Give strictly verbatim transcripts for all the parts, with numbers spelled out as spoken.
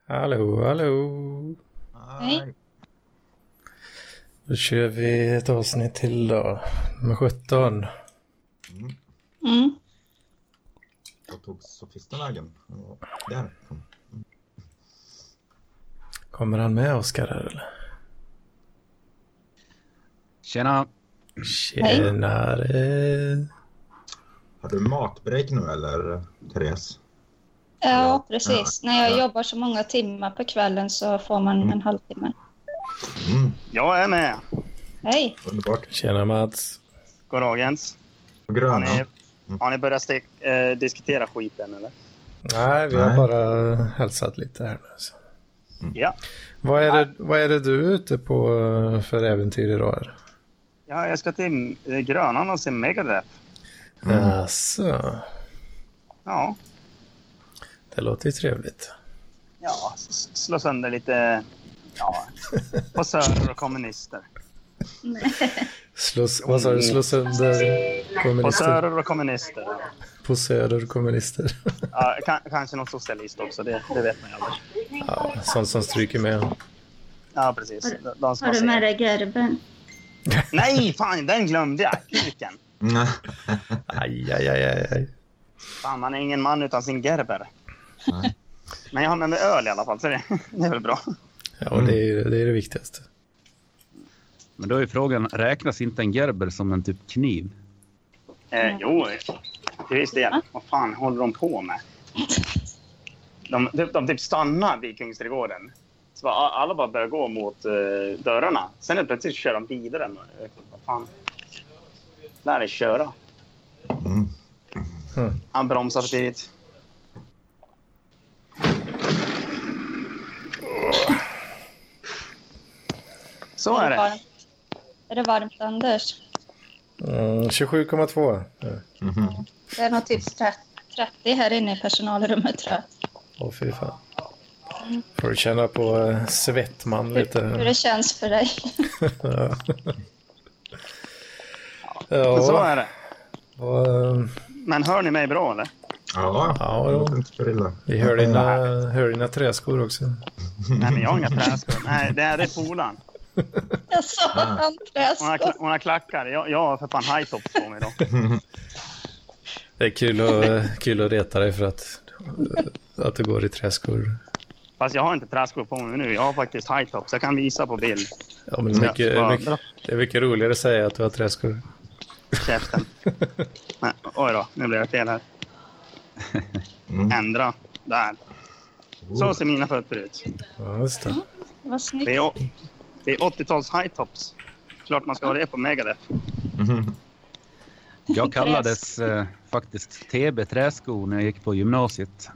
Hallå, hallå. Hej. Då kör vi ett avsnitt till då. Med sjutton. Mm. Mm. Vad tog sofisten vägen? Där. Mm. Kommer han med, Oskar, eller? Tjena. Tjenare. Har du matbreak nu eller, Therese? Ja, precis. Ja. När jag ja. jobbar så många timmar på kvällen så får man mm. en halvtimme. Mm. Jag är med. Hej. Underbart. Tjena, Mats. Goddagens. Gröna. Har ni, mm. har ni börjat stek, äh, diskutera skiten, eller? Nej, vi har Nej. bara hälsat lite här nu. Så. Mm. Ja. Vad är, det, vad är det du är ute på för äventyr idag? Ja, jag ska till Grönan och se Megadeth. Mm. Alltså. Ja. Det låter ju trevligt. Ja, slå sönder lite ja, posörer och kommunister. Slå, vad sa du? Slå sönder kommunister? Posörer och kommunister. Posörer och kommunister. Ja, kan, kanske någon socialist också, det, det vet man ju aldrig. Ja, sånt som stryker med. Ja, precis. Har, de har du med dig Gerben? Nej, fan, den glömde jag. Kuken. Aj, aj, aj, aj. Fan, man är ingen man utan sin Gerber. Nej. Men jag har med mig öl i alla fall, så det, det är väl bra. Ja, och det är, det är det viktigaste. Men då är frågan, räknas inte en Gerber som en typ kniv? Eh, jo, det visst det. Vad fan håller de på med? De, de, de typ stannar vid Kungsträdgården. Så bara, alla bara börjar gå mot uh, dörrarna. Sen är plötsligt kör de vidare. Vad fan? Lär dig köra. Mm. Mm. Han bromsar för tidigt. Så är det. Varmt. Är det varmt, Anders? Mm, tjugosju komma två. Ja. Mm-hmm. Det är nog typ trettio här inne i personalrummet, tror jag. Åh, fy fan. Får du känna på uh, svettman lite. Hur det känns för dig. Ja. Ja. Så är det. Och, uh... Men hör ni mig bra, eller? Ja, ja, ja. Inte för illa. Vi hör dina, hör dina träskor också. Nej, men jag har inga träskor. Nej, det är det polan. Jag sa att han träskor. Hon har, hon har klackar. Jag, jag har för fan high top på mig då. Det är kul att, kul att reta dig för att, att du går i träskor. Fast jag har inte träskor på mig nu. Jag har faktiskt high top, så jag kan visa på bild. Ja, men mycket, bara, mycket, det är mycket roligare att säga att du har träskor. Käften. Nej, oj då, nu blir jag fel här. Mm. Ändra. Där. Så ser mina fötter ut. Ja, just det. Vad snyggt. Det är, det är åttio-tals high tops. Klart man ska ha det på Megadeth. Mm. Jag kallades eh, faktiskt T B-träskor när jag gick på gymnasiet.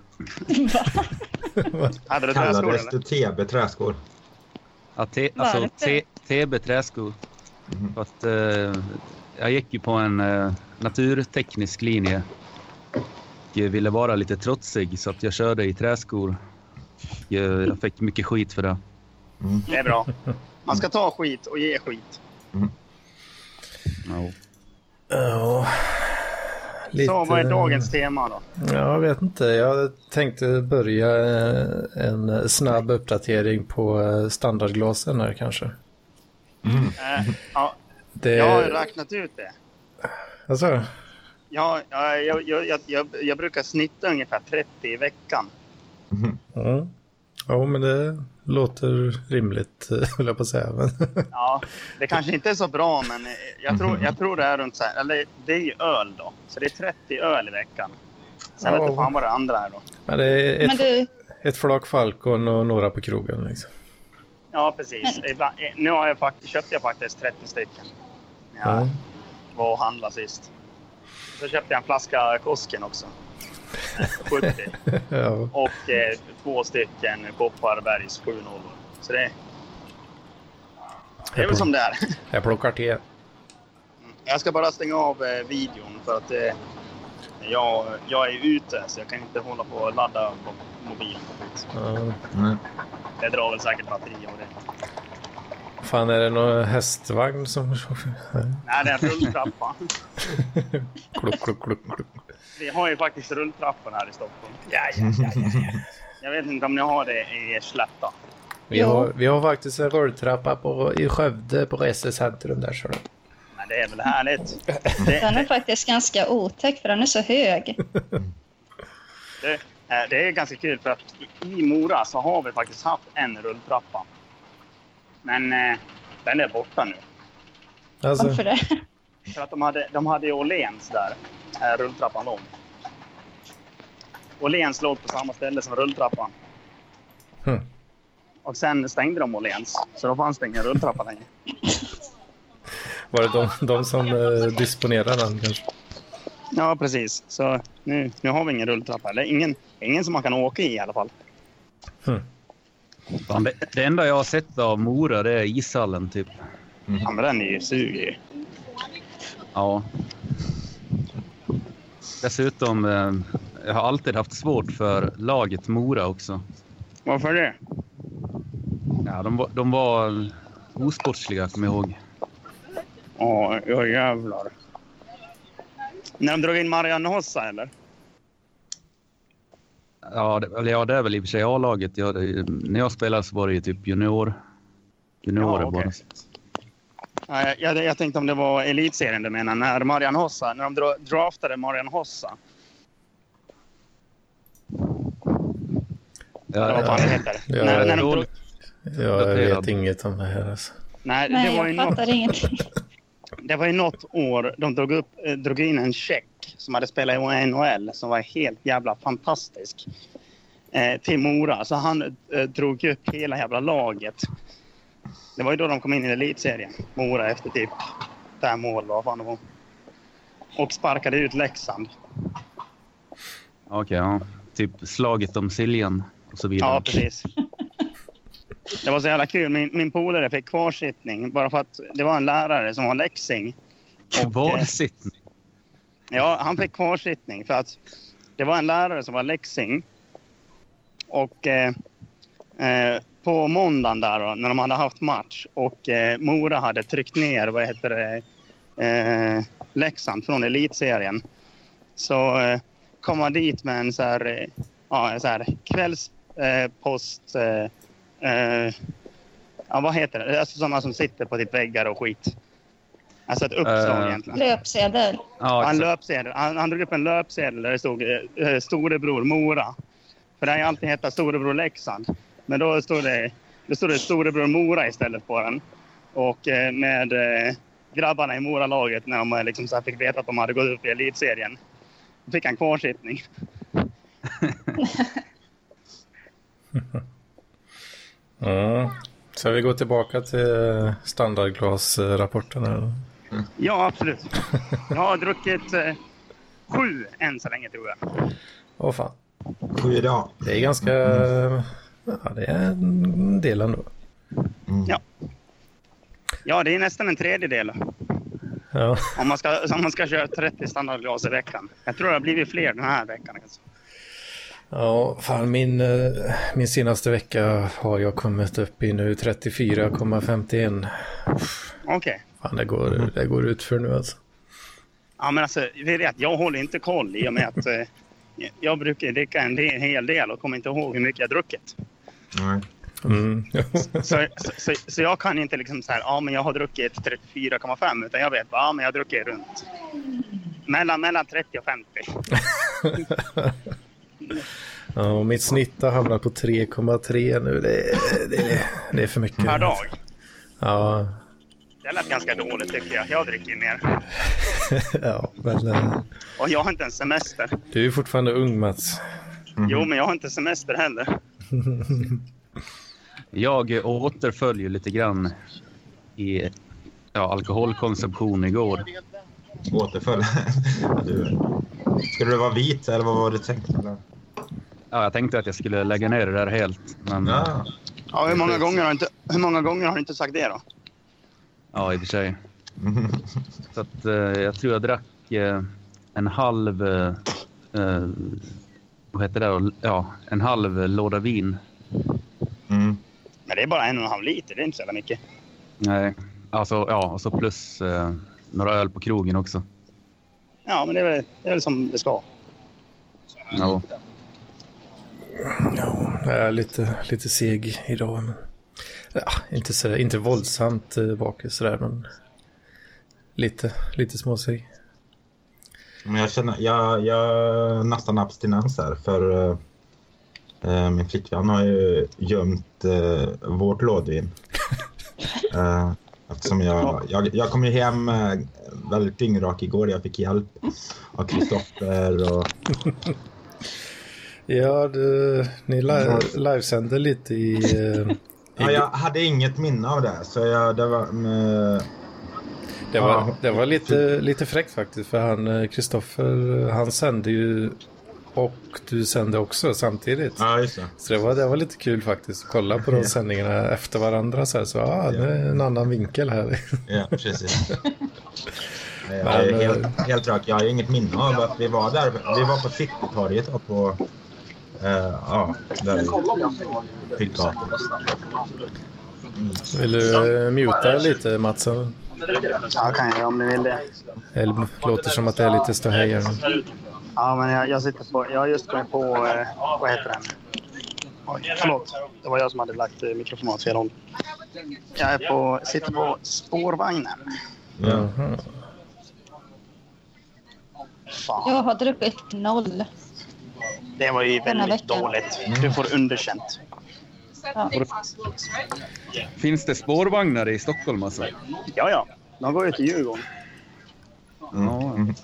Hade du kallades träskor, du T B-träskor? Ja, te, alltså T B-träskor. Mm. För att eh, jag gick ju på en eh, naturteknisk linje. Jag ville vara lite trotsig så att jag körde i träskor. Jag, jag fick mycket skit för det. Mm. Det är bra. Man ska ta skit och ge skit. Mm. Ja. Ja, lite... Så vad är dagens tema då? Jag vet inte. Jag tänkte börja en snabb uppdatering på standardglasen här kanske. Mm. Äh, ja. Det... Jag har räknat ut det. Alltså? Ja, jag, jag, jag, jag, jag brukar snitta ungefär trettio i veckan. Mm. Mm. Ja, men det låter rimligt, vill jag på säga. Men... Ja, det kanske inte är så bra, men jag tror, jag tror det är runt så här, eller det är ju öl då. Så det är trettio öl i veckan. Sen ja. vet inte fan vad det andra är då. Men det är ett, men du... ett flak Falcon och några på krogen liksom. Ja, precis. Men... Nu har jag faktiskt, köpte jag faktiskt trettio stycken. Ja, ja. Var och handla sist. Så köpte jag en flaska Kosken också. sjuttio. Ja. Och eh, två stycken Kopparbergs sju noll. Så det, det är väl som det är. Jag plockar till. Jag ska bara stänga av eh, videon för att eh, jag, jag är ute så jag kan inte hålla på och ladda på mobilen. Ja. Mm. Det drar väl säkert batteri och det. Fan, är det någon hästvagn som... Nej, det är en rulltrappa. Kluck, kluck, kluck, kluck. Vi har ju faktiskt rulltrappor här i Stockholm. Ja, ja, ja, ja, ja. Jag vet inte om ni har det i Slätta. Vi har, vi har faktiskt en rulltrappa på, i Skövde på resecentrum där. Så. Men det är väl härligt. Det, den är faktiskt ganska otäck för den är så hög. Det, det är ganska kul för att i Mora så har vi faktiskt haft en rulltrappa. Men eh, den är borta nu. Alltså. Varför det? För att de hade, de hade ju Åhléns där, äh, rulltrappan låg. Åhléns låg på samma ställe som rulltrappan. Hmm. Och sen stängde de Åhléns, så då fanns det ingen rulltrappa längre. Var det de, de som eh, disponerar den kanske? Ja, precis. Så nu, nu har vi ingen rulltrappa. Eller ingen, ingen som man kan åka i i alla fall. Hmm. Fan, det, det enda jag har sett av Mora, det är ishallen typ. Mm. Ja, men den är ju suger. Ja. Dessutom, eh, jag har alltid haft svårt för laget Mora också. Varför det? Ja, de, var- de var osportsliga, kommer jag ihåg. Ja, ja jävlar. När de drog in Marianne Hossa, eller? Ja, det, eller ja, det är väl i och för sig A-laget. Ja, det, när jag spelade så var det ju typ junior. Juniorer Ja, okej. bara. Ja, jag, jag, jag tänkte om det var elitserien du menar. När Marianne Hossa, när de dra, draftade Marianne Hossa. Ja, Eller vad fan det heter. Ja, när, ja, när de ja. drog, Jag vet inget om det här alltså. nej, Nej, det var ju jag fattar något, ingenting. det var ju något år de drog, upp, eh, drog in en tjeck som hade spelat i N H L som var helt jävla fantastisk. Eh, till Mora. Så han eh, drog upp hela jävla laget. Det var ju då de kom in i elitserien. Mora efter typ fem mål, vad fan det var. Och sparkade ut Leksand. Okej, ja. Typ slaget om Siljan och så vidare. Ja, precis. Det var så jävla kul. Min, min polare fick kvarsittning bara för att det var en lärare som var läxing. Kvarsittning. Ja, han fick kvarsittning för att det var en lärare som var läxing. Och eh, eh, på måndagen där då, när de hade haft match och eh, Mora hade tryckt ner, vad heter det, eh, Leksand från elitserien. Så eh, kom man dit med en så här, eh, ja, så här kvällspost, eh, eh, ja vad heter det, alltså sådana som sitter på ditt väggar och skit. Alltså ett uppslag Eh, egentligen. Löpsedel. Ja, Han, exakt. löpsedel. Han, han drog upp en löpsedel där det stod eh, Storebror Mora. För det har ju alltid hetat Storebror Leksand. Men då stod det, då stod det Storebror Mora istället på den. Och eh, med eh, grabbarna i Mora-laget när de eh, liksom så här fick veta att de hade gått upp i elitserien. Då fick han kvarsittning. Mm. Så vi går tillbaka till standardglasrapporten här. Ja, absolut. Jag har druckit eh, sju än så länge, tror jag. Åh fan. Sju idag. Det är ganska... Ja, det är en del ändå. Mm. Ja. Ja, det är nästan en tredjedel. Ja. Om man ska, om man ska köra trettio standardglas i veckan. Jag tror det har blivit fler den här veckan. Alltså. Ja, fan min, eh, min senaste vecka har jag kommit upp i nu trettiofyra komma femtioen. Okej. Okay. Fan, det går, det går ut för nu alltså. Ja, men alltså, det är det att jag håller inte koll i och med att eh, jag brukar dricka en, del, en hel del och kommer inte ihåg hur mycket jag har druckit. Nej. Mm. Så, så, så, så jag kan inte liksom så här, ja men jag har druckit trettiofyra komma fem utan jag vet bara, ja men jag har druckit runt mellan, mellan trettio och femtio. Ja, och mitt snitt har hamnat på tre komma tre nu. Det, det, det är för mycket. Per dag. Ja, Det lät ganska dåligt tycker jag. Jag dricker mer. ja men eh, Och jag har inte en semester. du är ju fortfarande ung, Mats. Mhm. Jo, men jag har inte semester heller. Jag återföljer lite grann i ja, alkoholkonsumtion igår. Återföll. Du, skulle du vara vit eller vad var det tänkt? Eller? Ja, jag tänkte att jag skulle lägga ner det där helt. Men ja, Ja. Ja, hur många gånger har inte, hur många gånger har du inte sagt det då? ja i och för sig. Så att, eh, jag tror jag drack eh, en halv... Eh, eh, vad heter det då? Ja, en halv låda vin. Mm. Men det är bara en och en halv liter, det är inte så jävla mycket. Nej, alltså ja, och så plus eh, några öl på krogen också. Ja, men det är väl, det är väl som det ska. Ja. Ja. Jag är lite, lite seg idag. Men, ja, inte, så, inte våldsamt eh, bakis sådär, men lite, lite småseg. Men jag känner, jag, jag nästan abstinens här för äh, min flickvän har ju gömt äh, vårt lådvin. äh, eftersom jag, jag, jag kom ju hem äh, väldigt dyngrak igår. Jag fick hjälp av Kristoffer och... Ja, du, ni live, livesände lite i... Uh, i... Ja, jag hade inget minne av det, så jag, det var... Med... Det var, det var lite, lite fräckt faktiskt, för han, Kristoffer, han sände ju och du sände också samtidigt. Ja, just det. Så det var, det var lite kul faktiskt att kolla på de ja. sändningarna efter varandra. Så, här, så ja, det är en annan vinkel här. Ja, precis. Jag är helt, helt rak. Jag har inget minne av att vi var där. Vi var på Citytorget och på... Uh, ja, där i Fickgatan. Mm. Vill du uh, muta lite, Mats? Ja, kan jag om ni vill det. Eller låter som att det är lite ståhejare. Ja, men jag, jag sitter på... Jag har just kommit på... Eh, vad heter den? Oj, förlåt. Det var jag som hade lagt eh, mikrofonen fel håll. Jag är på, sitter på spårvagnen. Mm. Fan. Jag har druckit noll. Det var ju väldigt dåligt. Du får underkänt. Ja. Finns det spårvagnar i Stockholm alltså? Ja, ja. De går ju till Djurgården. Mm. Mm.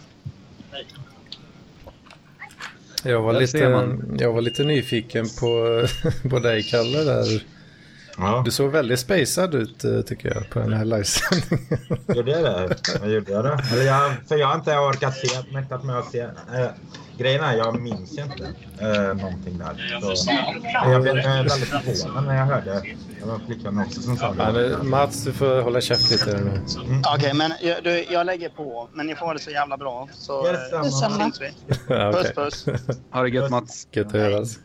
Jag var, lite, jag var lite nyfiken på, på dig, Kalle, där. Ja. Du såg väldigt spacad ut, tycker jag, på den här livesändningen. Gjorde jag det? Jag gjorde det. Eller jag, för jag har inte orkat se, mäktat med att se. Äh, grejen är, jag minns inte äh, någonting där. Så, jag blev äh, väldigt förvånad när jag hörde. Jag var flickan också som sa det. Ja, Mats, du får hålla käft lite nu. Mm. Okej, okay, men jag, du, jag lägger på. Men ni får det så jävla bra. Så äh, syns vi. Ja, okay. Puss, puss. Ha det gött, Mats. Gött att höras.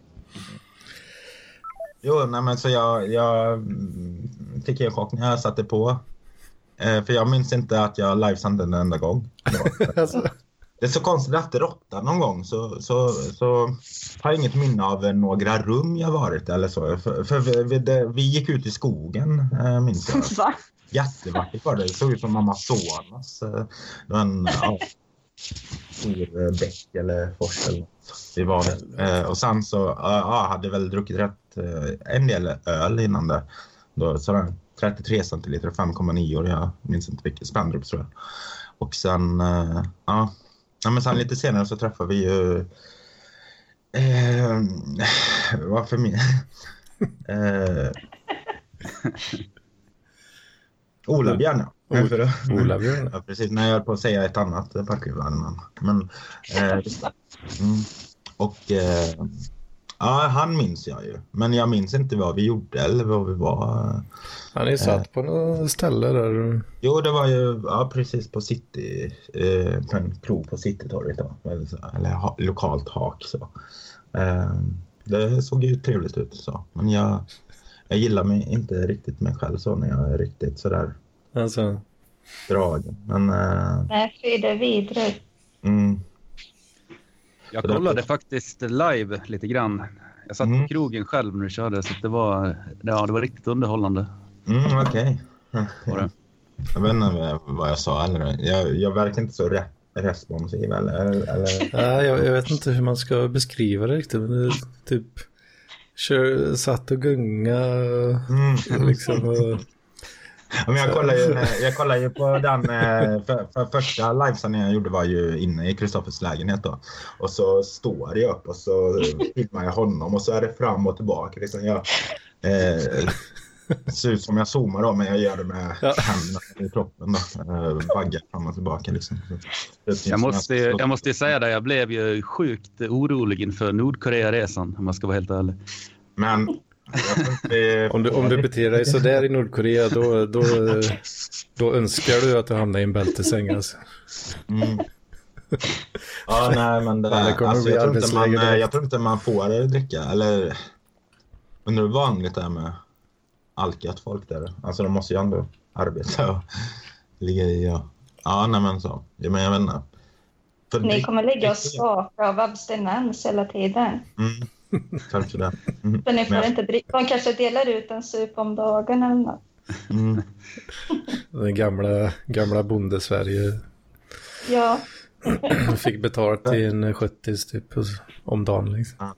Jo, nej, men så jag, jag fick en chock när jag satte på. Eh, för jag minns inte att jag livesände en enda gång. Alltså. Det är så konstigt att det råttar någon gång. Så, så, så har jag inget minne av några rum jag varit eller så. För, för vi, det, vi gick ut i skogen, eh, minns jag. Va? Jättevackert var det. Det såg ut som Amazonas. Det var en ja, stor bäck eller fors eller vi var eh, och sen så ja, hade väl druckit rätt eh, en del öl innan det. Då sådär trettiotre centiliter, fem komma nio år, jag minns inte vilket, Spendrup tror jag. Och sen eh, ja, ja, men sen lite senare så träffade vi ju eh, varför min eh, Ola Björn. Ola Björn. Ja, precis. När jag höll på att säga ett annat parkivagn. Men eh, mm. och eh, ja, han minns jag ju. Men jag minns inte vad vi gjorde eller vad vi var. Han är satt eh, på något ställe där. Jo, det var ju ja, precis på City eh, på en krog på Citytorget då. Eller, eller ha, lokalt hak så. Eh, det såg ju trevligt ut så. Men jag jag gillar mig inte riktigt mig själv så när jag är riktigt sådär. Alltså. Dragen. Men äh... Nej, flyder vidare. Mm. Jag kollade faktiskt live lite grann. Jag satt mm. på krogen själv när du körde, så det var, ja, det var riktigt underhållande. Mm, okej. Okay. Jag vet inte vad jag sa eller jag, jag verkar inte så re- responsiv eller, eller... Nej, jag, jag vet inte hur man ska beskriva det riktigt, men det, typ kör, satt och gunga mm. liksom och... Men jag kollar ju, jag kollar ju på den för, för första livesändningen jag gjorde var ju inne i Kristoffers lägenhet då. Och så står jag upp och så filmar jag honom och så är det fram och tillbaka liksom. Jag eh, ser ut som jag zoomar då, men jag gör det med ja. händerna i kroppen då. Eh, baggar fram och tillbaka liksom. Jag måste, jag måste säga det, jag blev ju sjukt orolig inför Nordkorea-resan om man ska vara helt ärlig. Men om, du, om du beter dig så där i Nordkorea då, då, då önskar du att du hamnar i en bältesäng alltså. Mm. Ja, nej, men det där, alltså, jag, tror inte man, jag tror inte man får dricka eller undrar hur vanligt det är med alkat folk där. Alltså de måste ju ändå arbeta och ligga i ja, ja nej men så. Ja, men jag vet inte. För ni kommer ligga och skaka av abstinens hela tiden. Mm. Kanske det. Mm. För ni får inte dricka. Man kanske delar ut en sup om dagen eller något. Mm. Den gamla, gamla bonde-Sverige. Ja. Fick betalt till en sjuttio typ om dagen liksom. Ja.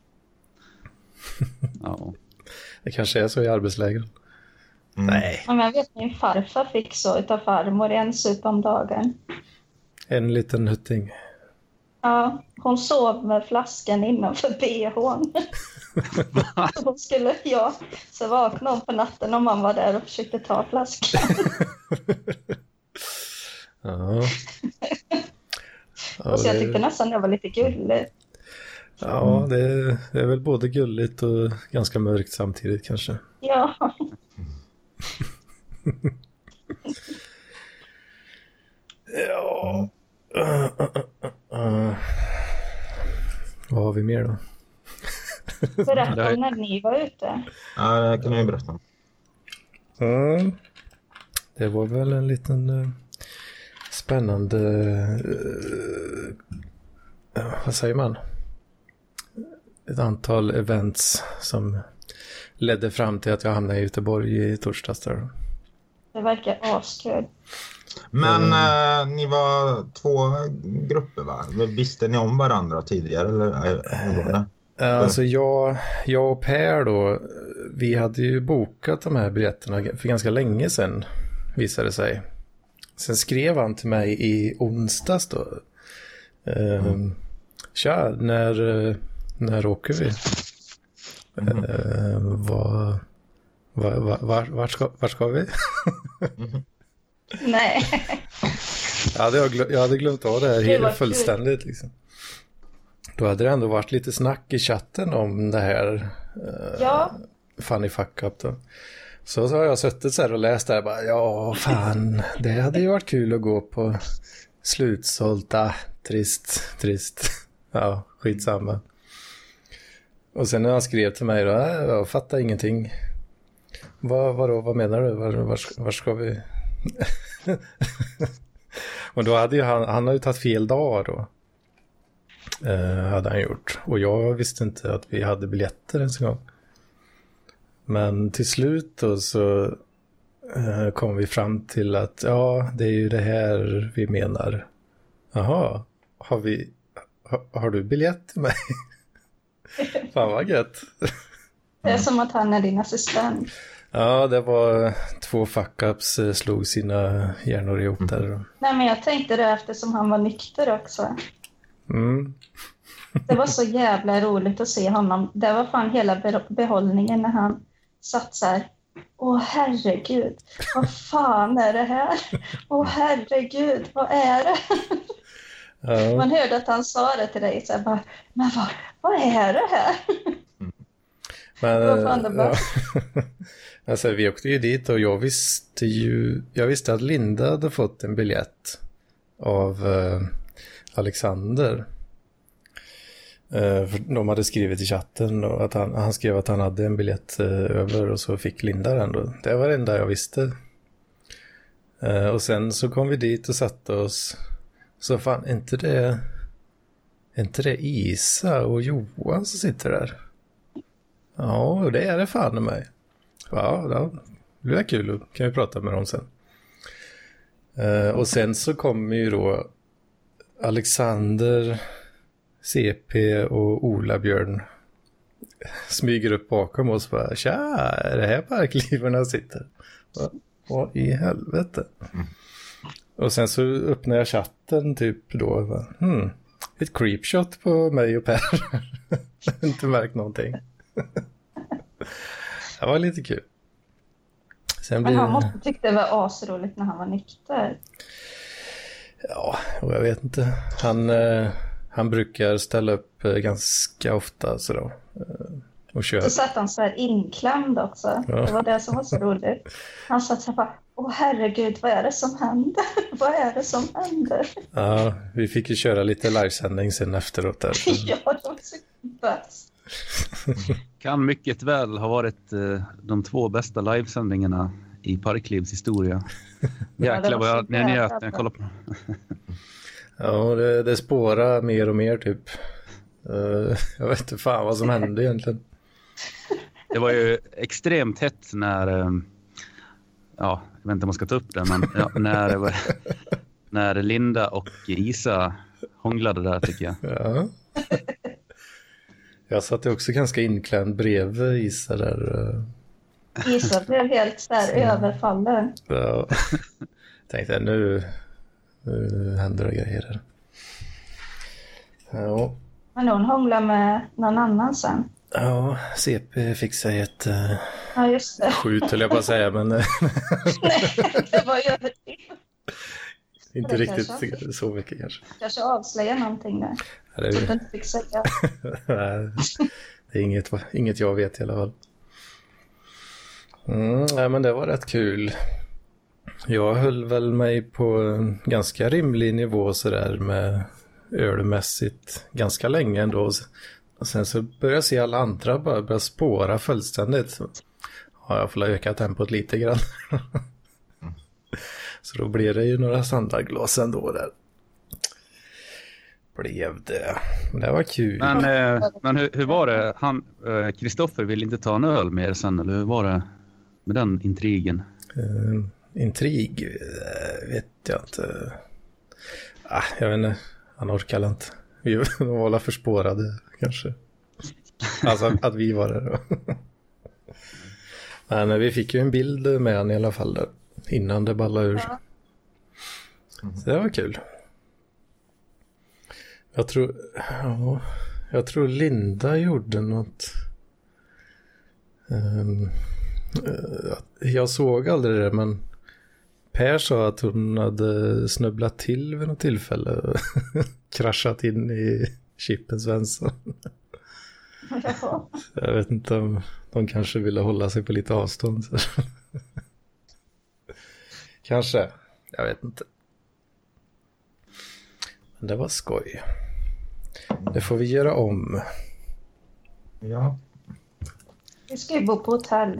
Ja. Det kanske är så i arbetslägen. Mm. Nej. Men jag vet min farfar fick så utav farmor en sup om dagen. En liten hutting. Ja, hon sov med flaskan innanför B H:n. Så hon skulle, ja, så vaknade hon på natten om man var där och försökte ta flaskan. Ja. Ja, och så jag tyckte nästan det var lite gulligt. Ja, det, det är väl både gulligt och ganska mörkt samtidigt kanske. Ja. Ja. Uh, uh, uh, uh. Vad har vi mer då? Berätta om när ni var ute. Ja, det kan jag berätta. Mm. Det var väl en liten uh, spännande uh, uh, vad säger man? Ett antal events som ledde fram till att jag hamnade i Göteborg i torsdags där. Det verkar askul. Men mm. äh, ni var två grupper, va? Visste ni om varandra tidigare? Eller? Alltså jag, jag och Per då, vi hade ju bokat de här biljetterna för ganska länge sedan, visade det sig. Sen skrev han till mig i onsdags då. Mm. Um, Tja, när, när åker vi? Mm. Uh, vad, var, var, var, var, ska, var ska vi? Mm. Nej. Jag hade, glöm, jag hade glömt av det här det helt fullständigt liksom. Då hade det ändå varit lite snack i chatten om det här uh, ja. Funny fuck up då. Så, så har jag suttit så här och läst där och bara, ja fan, det hade ju varit kul att gå på slutsålta, trist, trist. Ja, skitsamma. Och sen när han skrev till mig då, jag fattar ingenting. Vad, vadå, vad menar du? Var, var, var ska vi? Och då hade ju han, han har ju tagit fel dag då. Eh, hade han gjort. Och jag visste inte att vi hade biljetter ens en gång. Men till slut då så eh, kom vi fram till att ja, det är ju det här vi menar. Jaha, har vi har, har du biljett till mig? Fan vad gött. Det är som att han är din assistent. Ja, det var två fuck-ups slog sina hjärnor ihop där. Nej, men jag tänkte det eftersom han var nykter också. Mm. Det var så jävla roligt att se honom. Det var fan hela behållningen när han satt så här. Åh herregud, vad fan är det här? Åh herregud, vad är det? Ja. Man hörde att han sa det till dig så här bara, men vad, vad är det här? Men, vad fan det var? Ja. Alltså, vi åkte ju dit och jag visste ju jag visste att Linda hade fått en biljett av uh, Alexander. Uh, för de hade skrivit i chatten och att han, han skrev att han hade en biljett uh, över och så fick Linda den då. Det var det enda jag visste. Uh, och sen så kom vi dit och satte oss. Så fan, inte det inte det Isa och Johan som sitter där? Ja, det är det fan med mig. Ja, det blir kul. Kan vi prata med dem sen. Uh, och sen så kommer ju då Alexander, C P och Ola Björn smyger upp bakom oss och bara, tja, är det här parkliverna sitter? Va? Vad i helvete? Mm. Och sen så öppnar jag chatten typ då. Va? Hmm, ett creepshot på mig och Per. Jag har inte märkt någonting. Det var lite kul. Sen Men han blir... måste tycka det var asroligt när han var nykter. Ja, och jag vet inte. Han, eh, han brukar ställa upp eh, ganska ofta så då, eh, och köra. Så satt han så här inklämd också. Ja. Det var det som var så roligt. Han satt så här bara, åh herregud, vad är det som händer? Vad är det som händer? Ja, vi fick ju köra lite livesändning sen efteråt där. Så... ja, det var så bäst. Kan mycket väl ha varit eh, de två bästa livesändningarna i Parklivs historia. Jäklar ja, vad jag när ni kollar på. Ja, det, det spårar mer och mer typ. Uh, jag vet inte fan vad som hände egentligen. Det var ju extremt hett när, ja, jag vet inte om man ska ta upp det, men ja, när, när Linda och Isa hånglade där, tycker jag. Ja. Jag satt också ganska inklämd bredvid Isa där. Isa blev helt så här överfallen. Ja. Tänkte nu, nu händer det grejer där. Ja. Men hon hånglar med någon annan sen. Ja, C P fick sig ett uh, ja, just det. skjut, höll jag på att säga, men... Nej, det var ju inte riktigt kanske. Så mycket kanske. Kanske avslöja någonting där. Ja, det, är... inte fick säga. Nej, det är inget, inget jag vet i alla fall. Mm, nej, men det var rätt kul. Jag höll väl mig på en ganska rimlig nivå så där med ölmässigt ganska länge ändå. Och sen så börjar jag se alla andra bara börja spåra fullständigt. Ja, jag får öka tempot lite grann. Så då blir det ju några standardglas ändå där. Blev det. Men det var kul. Men, eh, men hur, hur var det? Han, Kristoffer ville inte ta en öl mer sen, eller hur var det med den intrigen? Uh, intrig uh, vet jag inte. Ah, jag vet inte. Han orkar inte. Vi var alla förspårade kanske. Alltså att vi var där. Men vi fick ju en bild med han i alla fall där. Innan det ballade ur. Så det var kul. Jag tror... Ja, jag tror Linda gjorde något... Um, jag såg aldrig det, men Per sa att hon hade snubblat till vid något tillfälle och kraschat in i Chippen Svensson. Jag vet inte om de kanske ville hålla sig på lite avstånd. Kanske, jag vet inte. Men det var skoj. Det får vi göra om. Ja. Vi ska ju bo på hotell.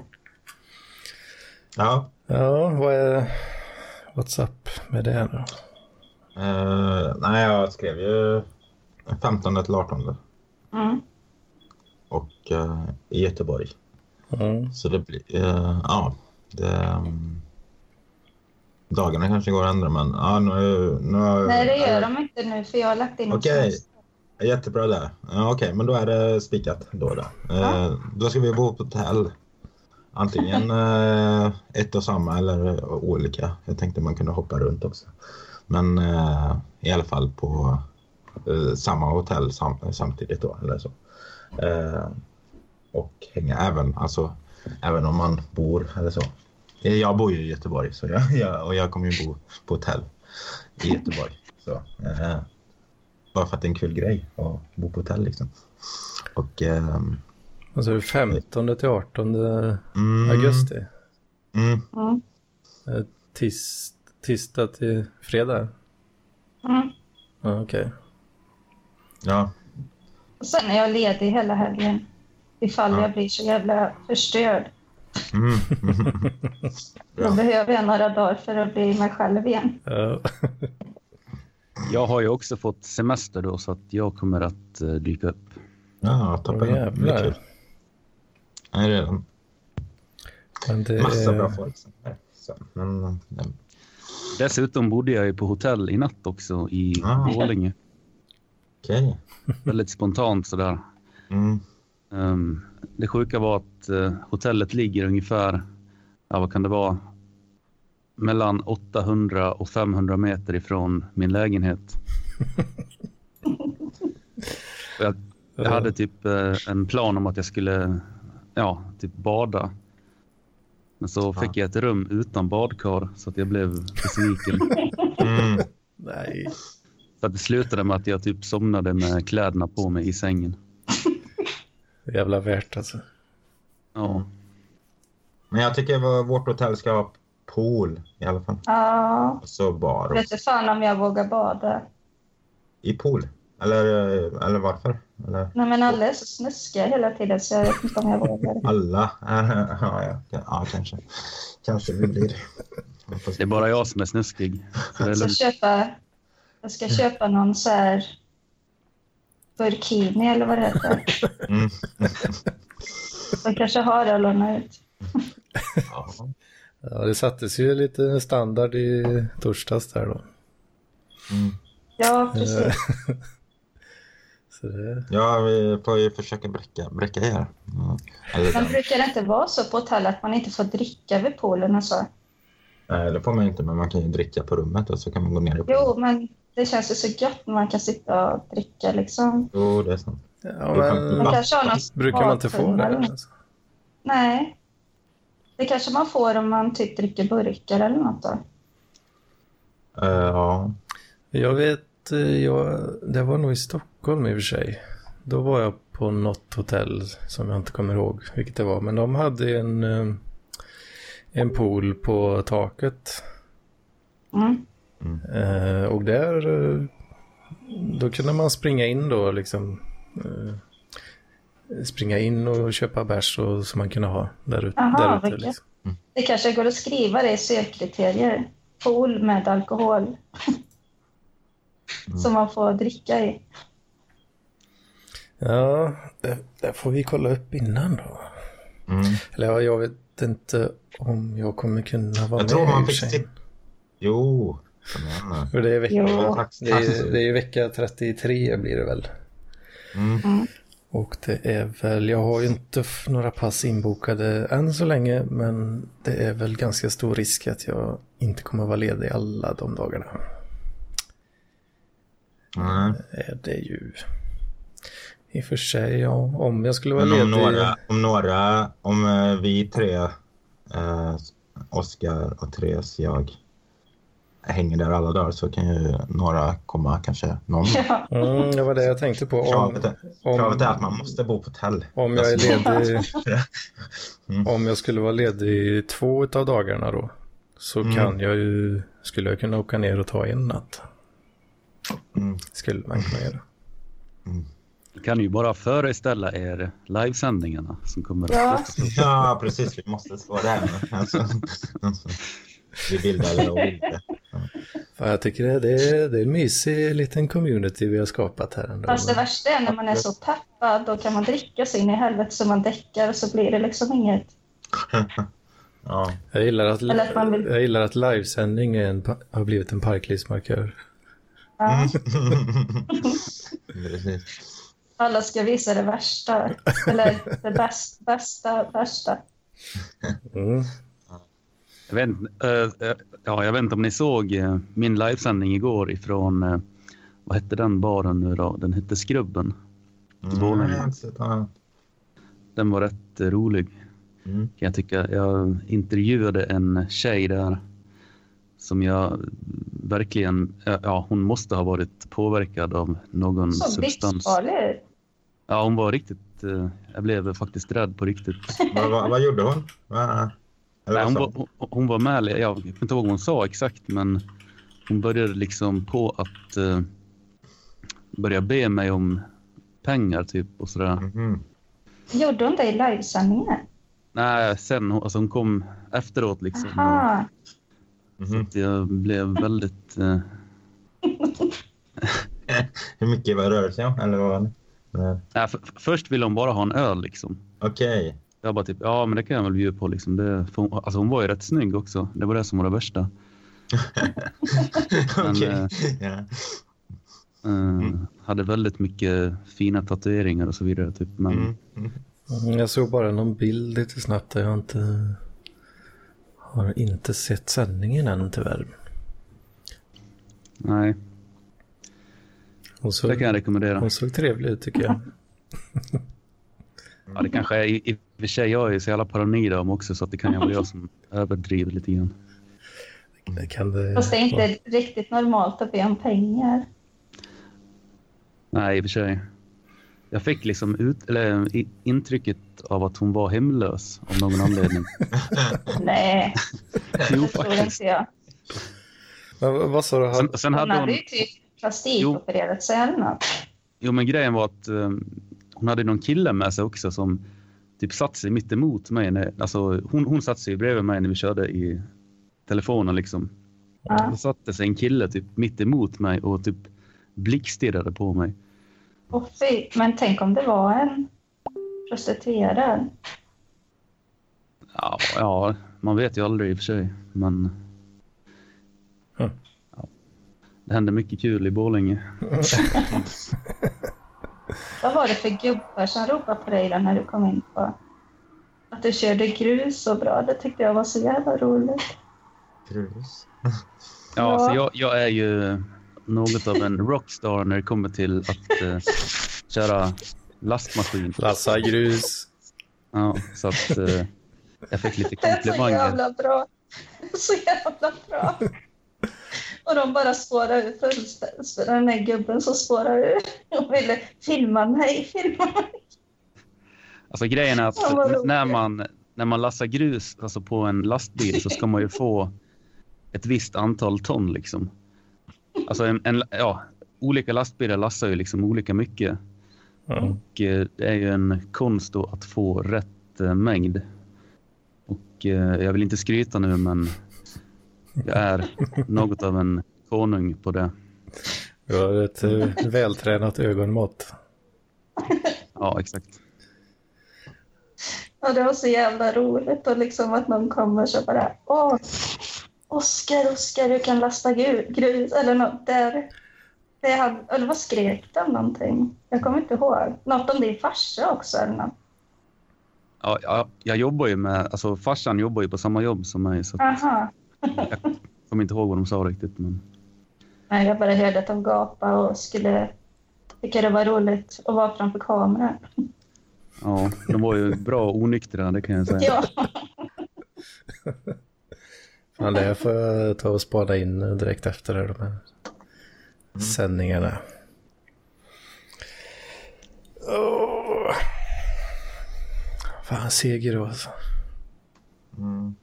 Ja. Ja, vad är WhatsApp med det nu? Uh, nej, jag skrev ju femtonde till artonde. Mm. Och uh, i Göteborg. Mm. Så det blir, uh, ja, det, um, dagarna kanske går att ändra, men ja, nu, nu... Nej, det gör de inte nu, för jag har lagt in... Okej, okay. Jättebra där. Ja, okej, okay, men då är det spikat då. Då, ja. uh, då ska vi bo på hotell. Antingen uh, ett och samma eller olika. Jag tänkte man kunde hoppa runt också. Men uh, i alla fall på uh, samma hotell sam- samtidigt då, eller så. Uh, och hänga även, alltså även om man bor eller så. Jag bor ju i Göteborg, så jag, jag, och jag kommer ju bo på hotell i Göteborg. Så, uh, bara för att det är en kul grej att bo på hotell liksom. Och uh, alltså femtonde till artonde mm, augusti. Mm. Mm. Tis, tisdag till fredag. Mm. Ja, okej. Okay. Ja. Och sen är jag ledig hela helgen. Ifall ja. jag blir så jävla förstörd. Mm. Då behöver jag några dagar för att bli mig själv igen. Ja. Jag har ju också fått semester då, så att jag kommer att uh, dyka upp. Ja, toppen. Oh, jävlar. Nej, redan. Men det... Massa bra folk. Så, men, men. Dessutom bodde jag ju på hotell i natt också i ah. Borlänge. Okej. Okay. Väldigt spontant sådär. Mm. Um, det sjuka var att uh, hotellet ligger ungefär, ja vad kan det vara, mellan åttahundra och femhundra meter ifrån min lägenhet. jag, jag hade typ uh, en plan om att jag skulle ja, typ bada. Men så fick jag ett rum utan badkar, så att jag blev besviken. Mm. Nej. Så att det slutade med att jag typ somnade med kläderna på mig i sängen. Jävla värt alltså. Ja. Men jag tycker att vårt hotell ska ha pool i alla fall. Ja. Så bar. Jag vet inte fan om jag vågar bada. I pool? Eller, eller varför? Eller? Nej, men alla är så snuskiga hela tiden, så jag vet inte om jag vågar. Alla? Ja, ja, ja, kanske. Kanske det blir. Det är bara jag som är snuskig. Så det är jag, ska köpa, jag ska köpa någon så här burkini eller vad det heter. Mm. De kanske har det att låna ut. Ja. Ja, det sattes ju lite standard i torsdags där då. Mm. Ja, precis. Så det... Ja, vi får ju försöka bräcka, bräcka er. Ja. Eller, Men brukar det inte vara så på hotell att man inte får dricka vid poolen och så? nej, det får man inte, men man kan ju dricka på rummet och så kan man gå ner i poolen. Jo, men det känns ju så gött när man kan sitta och dricka liksom. Jo, det är sant. Ja, men... Man kanske har någon Brukar man inte få det? Alltså? Nej. Det kanske man får om man typ dricker burkar eller något då. Uh, ja. Jag vet, jag, det var nog i Stockholm i och för sig. Då var jag på något hotell som jag inte kommer ihåg vilket det var. Men de hade en, en pool på taket. Mm. Mm. Eh, och där, då kunde man springa in då liksom. Eh, springa in och köpa bärs och, som man kunde ha där, ut, Aha, där ute. vilket. Liksom. Mm. Det kanske går att skriva det i sökkriterier. Pool med alkohol. Mm. Som man får dricka i. Ja, det, det får vi kolla upp innan då. Mm. Eller ja, jag vet inte om jag kommer kunna vara Jag tror med man i och för fick sig. se... Jo, kom igen För det är, vecka, Jo. Tack, det, är, det är ju vecka trettiotre blir det väl. Mm. Mm. Och det är väl, jag har ju inte f- några pass inbokade än så länge, men det är väl ganska stor risk att jag inte kommer vara ledig alla de dagarna. Mm. Är det ju i och för sig, ja, om jag skulle vara Men om ledig. några, om några, om eh, vi tre, eh, Oskar och Therese, jag hänger där alla dagar så kan ju några komma kanske någon. Ja. Mm, det var det jag tänkte på. Om, Kravet är, om, kravet är att man måste bo på hotell. om jag är ledig, Mm. om jag skulle vara ledig två av dagarna då, så Mm. kan jag ju, skulle jag kunna åka ner och ta en natt. Mm. Skulle man kunna göra. Mm. Du kan ju bara föreställa er livesändningarna som kommer att Ja. släppas. Ja, precis. Vi måste stå där. Alltså, alltså, vi bildar och bildar. För jag tycker det är, det är en mysig liten community vi har skapat här ändå. Fast det värsta är när man är så peppad, då kan man dricka sig in i helvete så man däckar och så blir det liksom inget. Ja. Jag gillar att, Eller att man vill- jag gillar att livesändning är en, pa- har blivit en parklivsmarkör. Ja. Precis. Alla ska visa det värsta. Eller det bäst, bästa, värsta. Mm. Jag vet, inte, eh, eh, ja, jag vet inte om ni såg eh, min livesändning igår ifrån, eh, vad hette den baren nu då? Den hette Skrubben. Mm, Borlänge. jag har inte sett, ja. Den var rätt eh, rolig. Mm. Kan jag tycka. Jag intervjuade en tjej där som jag verkligen, ja, hon måste ha varit påverkad av någon Så substans. livsfarlig. Ja, hon var riktigt, eh, jag blev faktiskt rädd på riktigt. vad, vad, vad gjorde hon? Vad, eller Nej, hon, vad sa var, hon, hon var med, jag vet inte ihåg vad hon sa exakt, men hon började liksom på att eh, börja be mig om pengar typ och sådär. Mhm. Gjorde hon det i livesändningen? Nej, sen hon- alltså hon kom efteråt liksom. Och, Aha. så Mhm. att jag blev väldigt... Eh, Hur mycket var det rör sig om? Eller vad var det? Nej. nej, för, först ville hon bara ha en öl liksom. Okej. Jag bara typ, ja men det kan jag väl bjuda på liksom. Det, för hon, alltså hon var ju rätt snygg också. Det var det som var det värsta. Men, Okej. eh, Ja. Eh, hade väldigt mycket fina tatueringar och så vidare typ. Men Mm. Mm. Mm, jag såg bara någon bild lite snabbt. Jag har inte, har inte sett sändningen än tyvärr. nej, Hon det såg, kan jag rekommendera. hon såg trevlig ut tycker jag. Ja, det kanske är, i, i och för sig jag är ju så jävla paranoid om också, så att det kan ju vara jag som överdriver lite grann. Det kan det, Fast det är inte riktigt normalt att be om pengar. Nej, i och för sig. Jag fick liksom ut, eller, i, intrycket av att hon var hemlös av någon anledning. Nej, Jo, det tror faktiskt. inte jag. Men vad- vad sa du? Sen, sen Hon hade hon... hade ju typ plastikopererat sig eller något. Jo, men grejen var att eh, hon hade någon kille med sig också som typ satt sig mitt emot mig. När, alltså, hon, hon satt sig bredvid mig när vi körde i telefonen liksom. Ja. Då satte sig en kille typ mitt emot mig och typ blickstirrade på mig. Och fy, men tänk om det var en prostituerad. Ja, ja, man vet ju aldrig i och för sig. Men mm. ja, det hände mycket kul i Borlänge. Vad var det för gubbar som ropade på dig när du kom in på att du körde grus så bra? Det tyckte jag var så jävla roligt. Grus? Ja, Ja. alltså jag, jag är ju något av en rockstar när det kommer till att uh, köra lastmaskin. Lassa grus. Ja, så att uh, jag fick lite Det är så komplimanger. jävla bra. Så jävla bra. Och de bara spårar ut fullständigt. Den där gubben som spårar ut och ville filma mig, filma mig. Alltså grejen är att Ja, vad roligt. när man, när man lassar grus alltså på en lastbil så ska man ju få ett visst antal ton liksom. Alltså en, en, ja, olika lastbilar lassar ju liksom olika mycket. Mm. Och eh, det är ju en konst då att få rätt eh, mängd. Och eh, jag vill inte skryta nu, men jag är något av en konung på det. Du har ett uh, vältränat ögonmått. Ja, exakt. Och det var så jävla roligt och liksom att någon kommer så bara åh, Oskar, Oskar, du kan lasta grus eller något där. Det han, eller vad skrek de någonting? Jag kommer inte ihåg. Något om din farsa också eller något. Ja, jag, jag jobbar ju med, alltså farsan jobbar ju på samma jobb som mig, så att Aha. jag kommer inte ihåg vad de sa riktigt, men Nej, jag bara hörde att de gapade och skulle tycka det var roligt att vara framför kameran. ja, de var ju bra onyktra, det kan jag säga. Ja. Fan, det här får jag ta och spana in direkt efter det, de här mm. sändningarna. Oh. Fan, seger då alltså. Mm.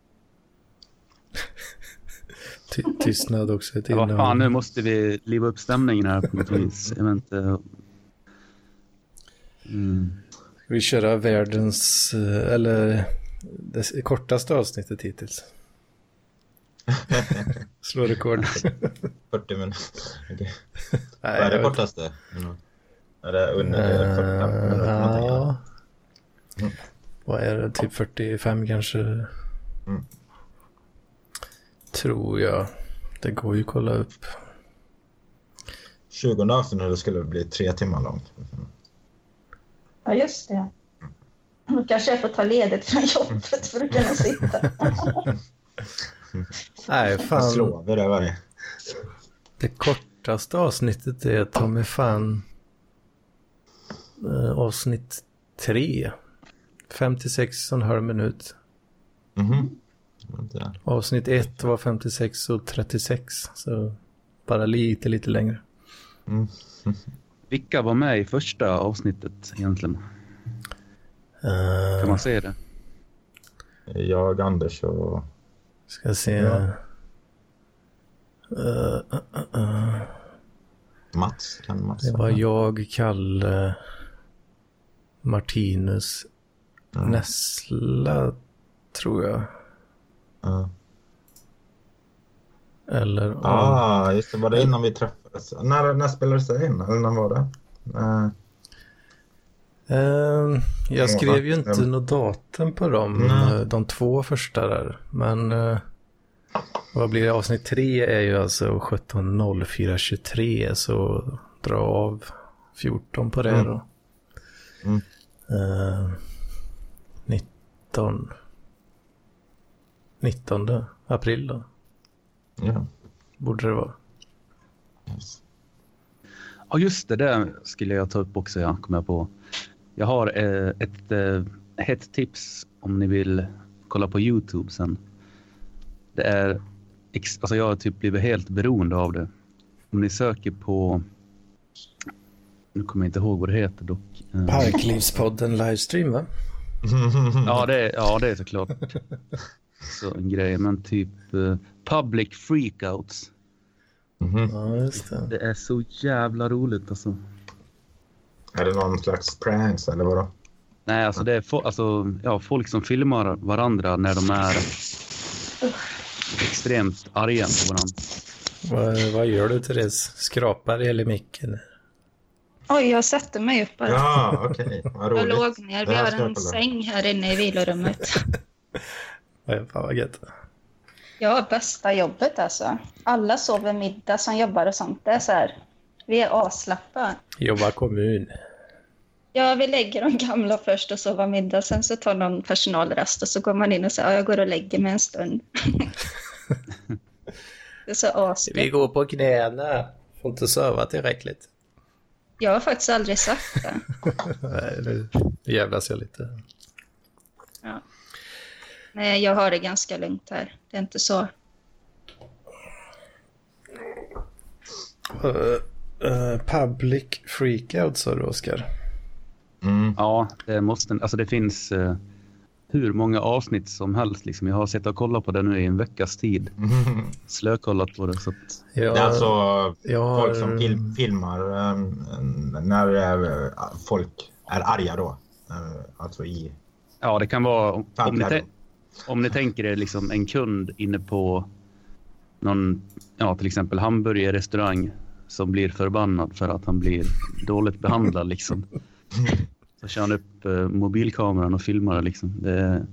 Ty- tystnad också. Ja, vad fan, nu måste vi liva upp stämningen här på något vis. Jag vet inte. Mm. Ska vi köra världens, eller det kortaste avsnittet hittills? Slå rekord. fyrtio minuter. Okay. Nej, Vad är det jag kortaste? Mm. Är det under fyrtio minuter? Ja. Mm. Vad är det? Typ fyrtiofem kanske? Mm. Tror jag. Det går ju att kolla upp. tjugonde avsnittet det skulle bli tre timmar långt. Ja, just det. Då kanske jag får ta ledigt från jobbet för att kunna sitta. Nej, fan. Slår vi det varje. Det kortaste avsnittet är ta mig fan äh, avsnitt tre. femtiosex och en halv minut. Mhm. Avsnitt ett var femtiosex och trettiosex. Så bara lite, lite längre. Mm. Vilka var med i första avsnittet egentligen? Uh, Kan man se det? Jag, Anders och... Ska se. Ja. Uh, uh, uh. Mats. Kan Mats Det var jag, Kalle, Martinus, mm. Nessla, tror jag. Uh. Eller... Ah, uh, just det. Var det innan vi träffades? När, när spelades det in? Eller när var det? Uh. Uh, jag skrev ju inte något datum på dem, mm. de två första där. Men uh, vad blir det? Avsnitt tre är ju alltså sjutton noll fyra tjugotre, så dra av fjorton på det mm. då. Mm. Uh, nitton nittonde april då. Ja. Borde det vara. Yes. Ja, just det, där skulle jag ta upp också, ja, kommer jag på. Jag har eh, ett eh, hett tips om ni vill kolla på YouTube sen. Det är, ex- alltså jag har typ blivit helt beroende av det. Om ni söker på, nu kommer jag inte ihåg vad det heter dock. Eh, Parklivspodden livestream, va? ja, det är, ja, det är såklart. Så en grej, men typ eh, public freakouts. Mm-hmm. Ja, just det. Det är så jävla roligt alltså. Är det någon slags pranks eller vadå? Nej, alltså det är fo- alltså, ja, folk som filmar varandra när de är extremt arga på varandra. Vad, vad gör du, Therese? Skrapar eller micken? Oj, jag sätter mig upp bara. Ja, okej. Okay. Vad roligt. Jag låg ner. Vi har en säng här inne i vilorummet. Fan vad gött. Ja, bästa jobbet alltså. Alla sover middag som jobbar och sånt. Det är så här. Vi är avslappade. Jobbar kommun. Ja, vi lägger de gamla först och sover middag. Sen så tar någon personalrast och så går man in och säger ja, jag går och lägger mig en stund. Det är så asbra. Vi går på knäna. Får inte söva tillräckligt. Jag har faktiskt aldrig sagt det. Nej, det jävlas jag lite. Ja. Nej, jag har det ganska lugnt här. Det är inte så. Uh, uh, public freakout, sa du, Oskar? Mm. Ja, det måste. Alltså det finns uh, hur många avsnitt som helst. Liksom. Jag har sett och kollat på det nu i en veckas tid. Mm. Slökollat på det. Så att... ja, det är alltså ja, folk som fil- filmar um, när uh, folk är arga då. Uh, alltså i... Ja, det kan vara... Om, om, ni, te- om ni tänker er liksom en kund inne på någon, ja, till exempel hamburgerrestaurang som blir förbannad för att han blir dåligt behandlad liksom. Så kör han upp eh, mobilkameran och filmar det liksom. Det,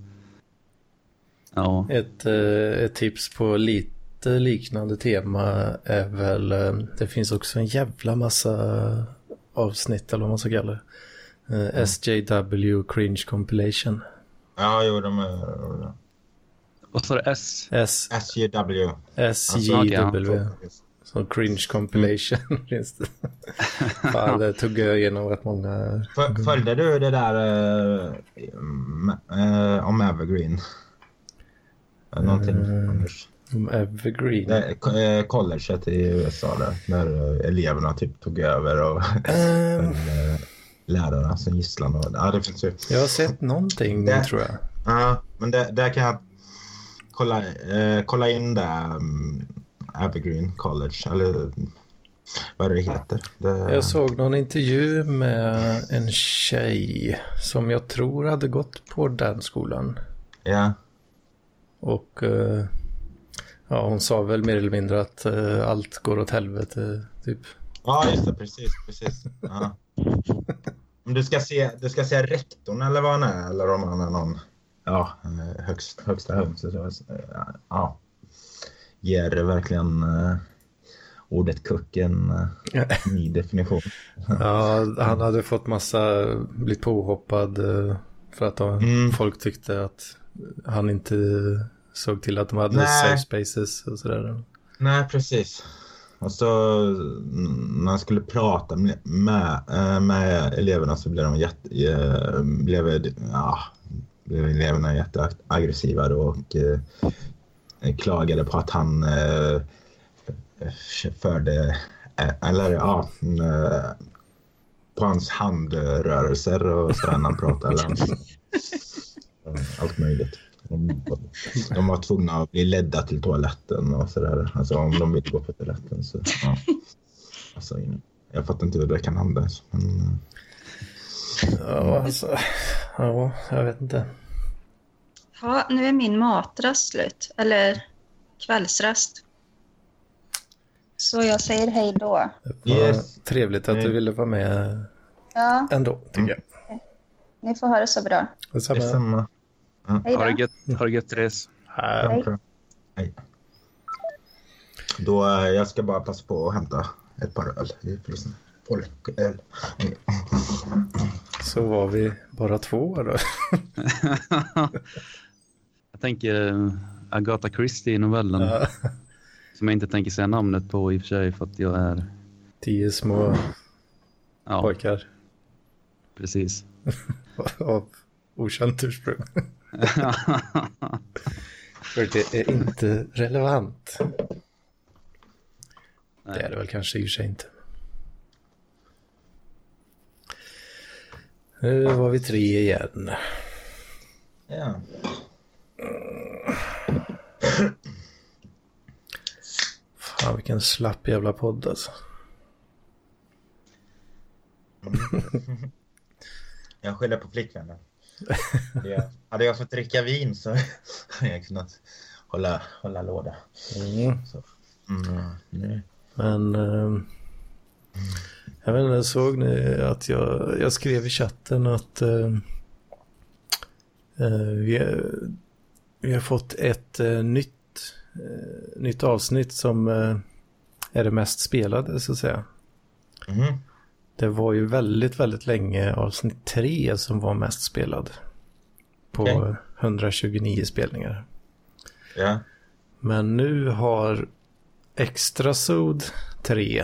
ja. Ett, eh, ett tips på lite liknande tema är väl, eh, det finns också en jävla massa avsnitt eller vad man ska kalla det. Eh, mm. S J W Cringe Compilation. Ja, jo, de är... Vad sa det? S? S. S J W. S J W. Så cringe compilation finns det. Fan, det tog jag igenom rätt många... F- följde du det där uh, uh, om Evergreen? Någonting uh, om Evergreen? Det, uh, colleget i U S A där, när uh, eleverna typ tog över och uh, lärarna som gisslan. Och, ja, det finns ju... Jag har sett någonting, det, tror jag. Ja, uh, men det, där kan jag kolla, uh, kolla in det... Um, Evergreen College, eller vad det heter. Det... Jag såg någon intervju med en tjej som jag tror hade gått på den skolan. Ja. Och uh, ja, hon sa väl mer eller mindre att uh, allt går åt helvete, typ. Ja, just det, precis, precis. Ja. Om du ska se, du ska se rektorn eller vad han är, eller om han är någon, ja, högst, högsta högsta, ja, ja. Ger verkligen uh, ordet kuck en uh, ny definition. Ja, han hade fått massa, blivit påhoppad uh, för att uh, mm. folk tyckte att han inte såg till att de hade Nej. safe spaces och sådär. Nej, precis. Och så när han skulle prata med, med, med eleverna så blev de jätte, blev, ja, blev eleverna jätteaggressiva och uh, klagade på att han eh, förde eh, eller ja eh, på hans handrörelser och så han pratade eller allt möjligt. De, de var tvungna att bli ledda till toaletten och så där. Alltså om de vill gå på toaletten så ja. Alltså jag fattar inte hur det kan hända men ja, alltså ja, jag vet inte. Ja, nu är min matrast slut. Eller kvällsrast. Så jag säger hej då. Det var yes. trevligt att du ville vara med ja. ändå, tycker jag. Ni får ha det så bra. Detsamma. Detsamma. Ja. Hej då. Ha det gött, ha det gött, Therese. Hej. Hej. Då, jag ska bara passa på att hämta ett par öl i frysen. Folköl. Så var vi bara två då. Jag tänker Agatha Christie-novellen. Ja. Som jag inte tänker säga namnet på i och för sig för att jag är... Tio små ja. pojkar. Precis. Av okänt ursprung. För det är inte relevant. Nej. Det är det väl kanske i och för sig inte. Nu var vi tre igen. Ja. Fan, vilken slapp jävla podd alltså. Mm. Jag skyller på flickvännen. Hade jag fått dricka vin så hade jag kunnat hålla, hålla låda. Mm. Så. Mm. Men... Um... Jag vet inte, såg ni att jag, jag skrev i chatten att uh, uh, vi, vi har fått ett uh, nytt, uh, nytt avsnitt som uh, är det mest spelade, så att säga. Mm. Det var ju väldigt, väldigt länge avsnitt tre som var mest spelad. På okay. hundratjugonio spelningar. Ja. Men nu har Extrasod tre.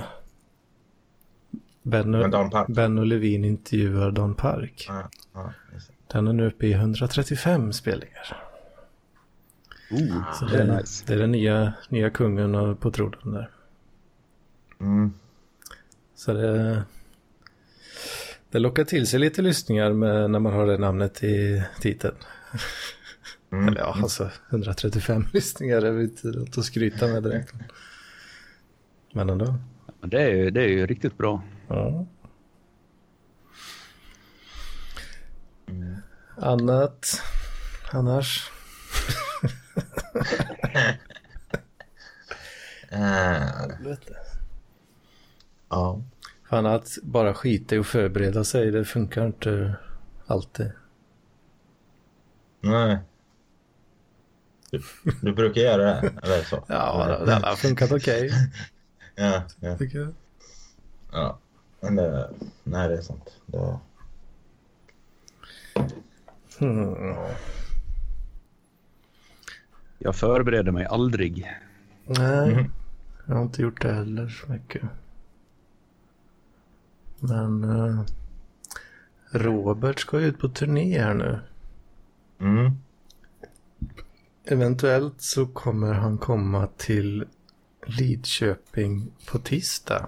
Ben och, Ben och Levin intervjuar Don Park. Ja, ja, den är nu uppe i hundratrettiofem spelningar. Oh, så det, är nice. Det är den nya, nya kungen på tronen där. Mm. Så det, det lockar till sig lite lyssningar med, när man har det namnet i titeln. Mm. Eller ja, alltså hundratrettiofem lyssningar är inte något att skryta med direkt. Men ändå. Det är ju, det är ju riktigt bra. Ja. Mm. Annat annars. uh. Ja. Fan, att bara skita i och förbereda sig, det funkar inte alltid. Nej. Du, du brukar göra det, eller så? Ja, det har funkat okej. Okay. Ja, ja. Tycker jag. Ja, men det, nej, det är sant. Det... Hmm. Jag förbereder mig aldrig. Nej, mm. jag har inte gjort det heller så mycket. Men uh, Robert ska ju ut på turné här nu. Mm. Eventuellt så kommer han komma till Lidköping på tisdag.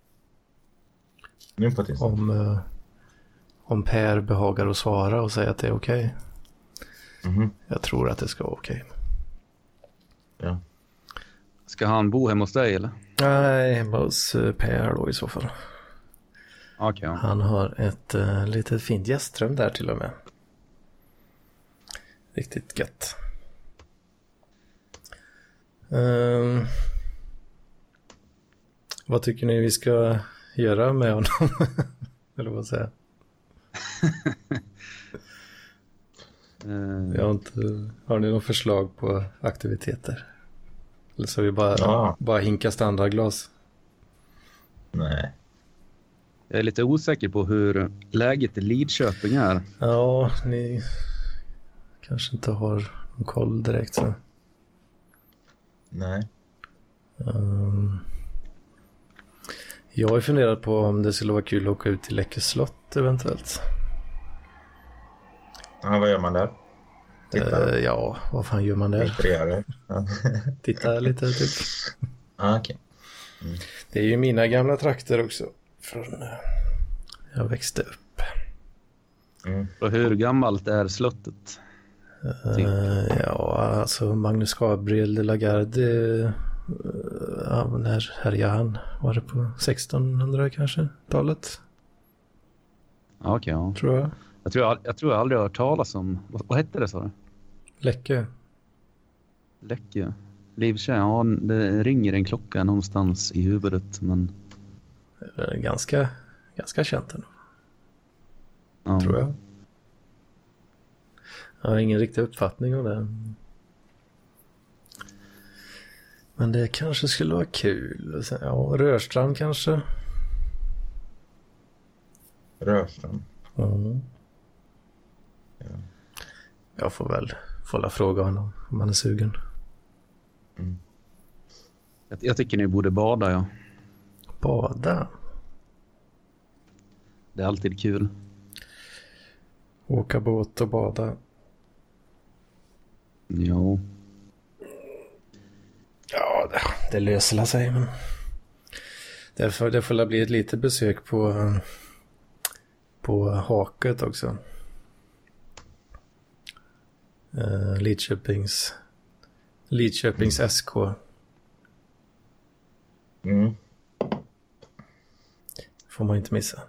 Nu på tisdag. Om, uh, om Per behagar att svara och säga att det är okej. Okay. Mm. Jag tror att det ska vara okej. Okay. Ja. Ska han bo hemma hos dig eller? Nej, hemma hos uh, Per då i så fall. Okay. Han har ett uh, litet fint gästrum där till och med. Riktigt gött. Um, vad tycker ni vi ska göra med honom? Eller vad säger jag? Jag har inte, har ni någon förslag på aktiviteter? Eller så vi bara, ja. bara hinka standardglas? Nej. Jag är lite osäker på hur läget i Lidköping är. Ja, ni kanske inte har någon koll direkt så. Nej. Um, jag har funderat på om det skulle vara kul att åka ut till Läckö slott eventuellt. Ja, vad gör man där? Titta. Uh, ja, vad fan gör man där? Ja. Titta lite typ. Ah, okay. Mm. Det är ju mina gamla trakter också. Från uh, jag växte upp. Mm. Och hur gammalt är slottet? Uh, ja, alltså Magnus Gabriel de la Garde, uh, ja, när härjade han? Var det på sextonhundra kanske? Talet? Okej, okay, ja. Tror jag. Jag tror jag, jag tror jag aldrig har hört talas om, vad, vad hette det, sa du? Läckö. Läckö. Livkär, ja, det ringer en klocka någonstans i huvudet, men... Det är ganska, ganska känt ändå. Ja. Tror jag. Jag har ingen riktig uppfattning om det. Men det kanske skulle vara kul. Ja, Rörstrand kanske. Rörstrand? Mm. Ja. Jag får väl få fråga honom om han är sugen. Mm. Jag, jag tycker ni borde bada, ja. Bada? Det är alltid kul. Åka båt och bada. Jo. Ja, det, det löser sig, men det får, det får bli ett litet besök på på Haket också. Uh, Lidköpings Lidköpings mm. S K. Mm. Får man inte missa.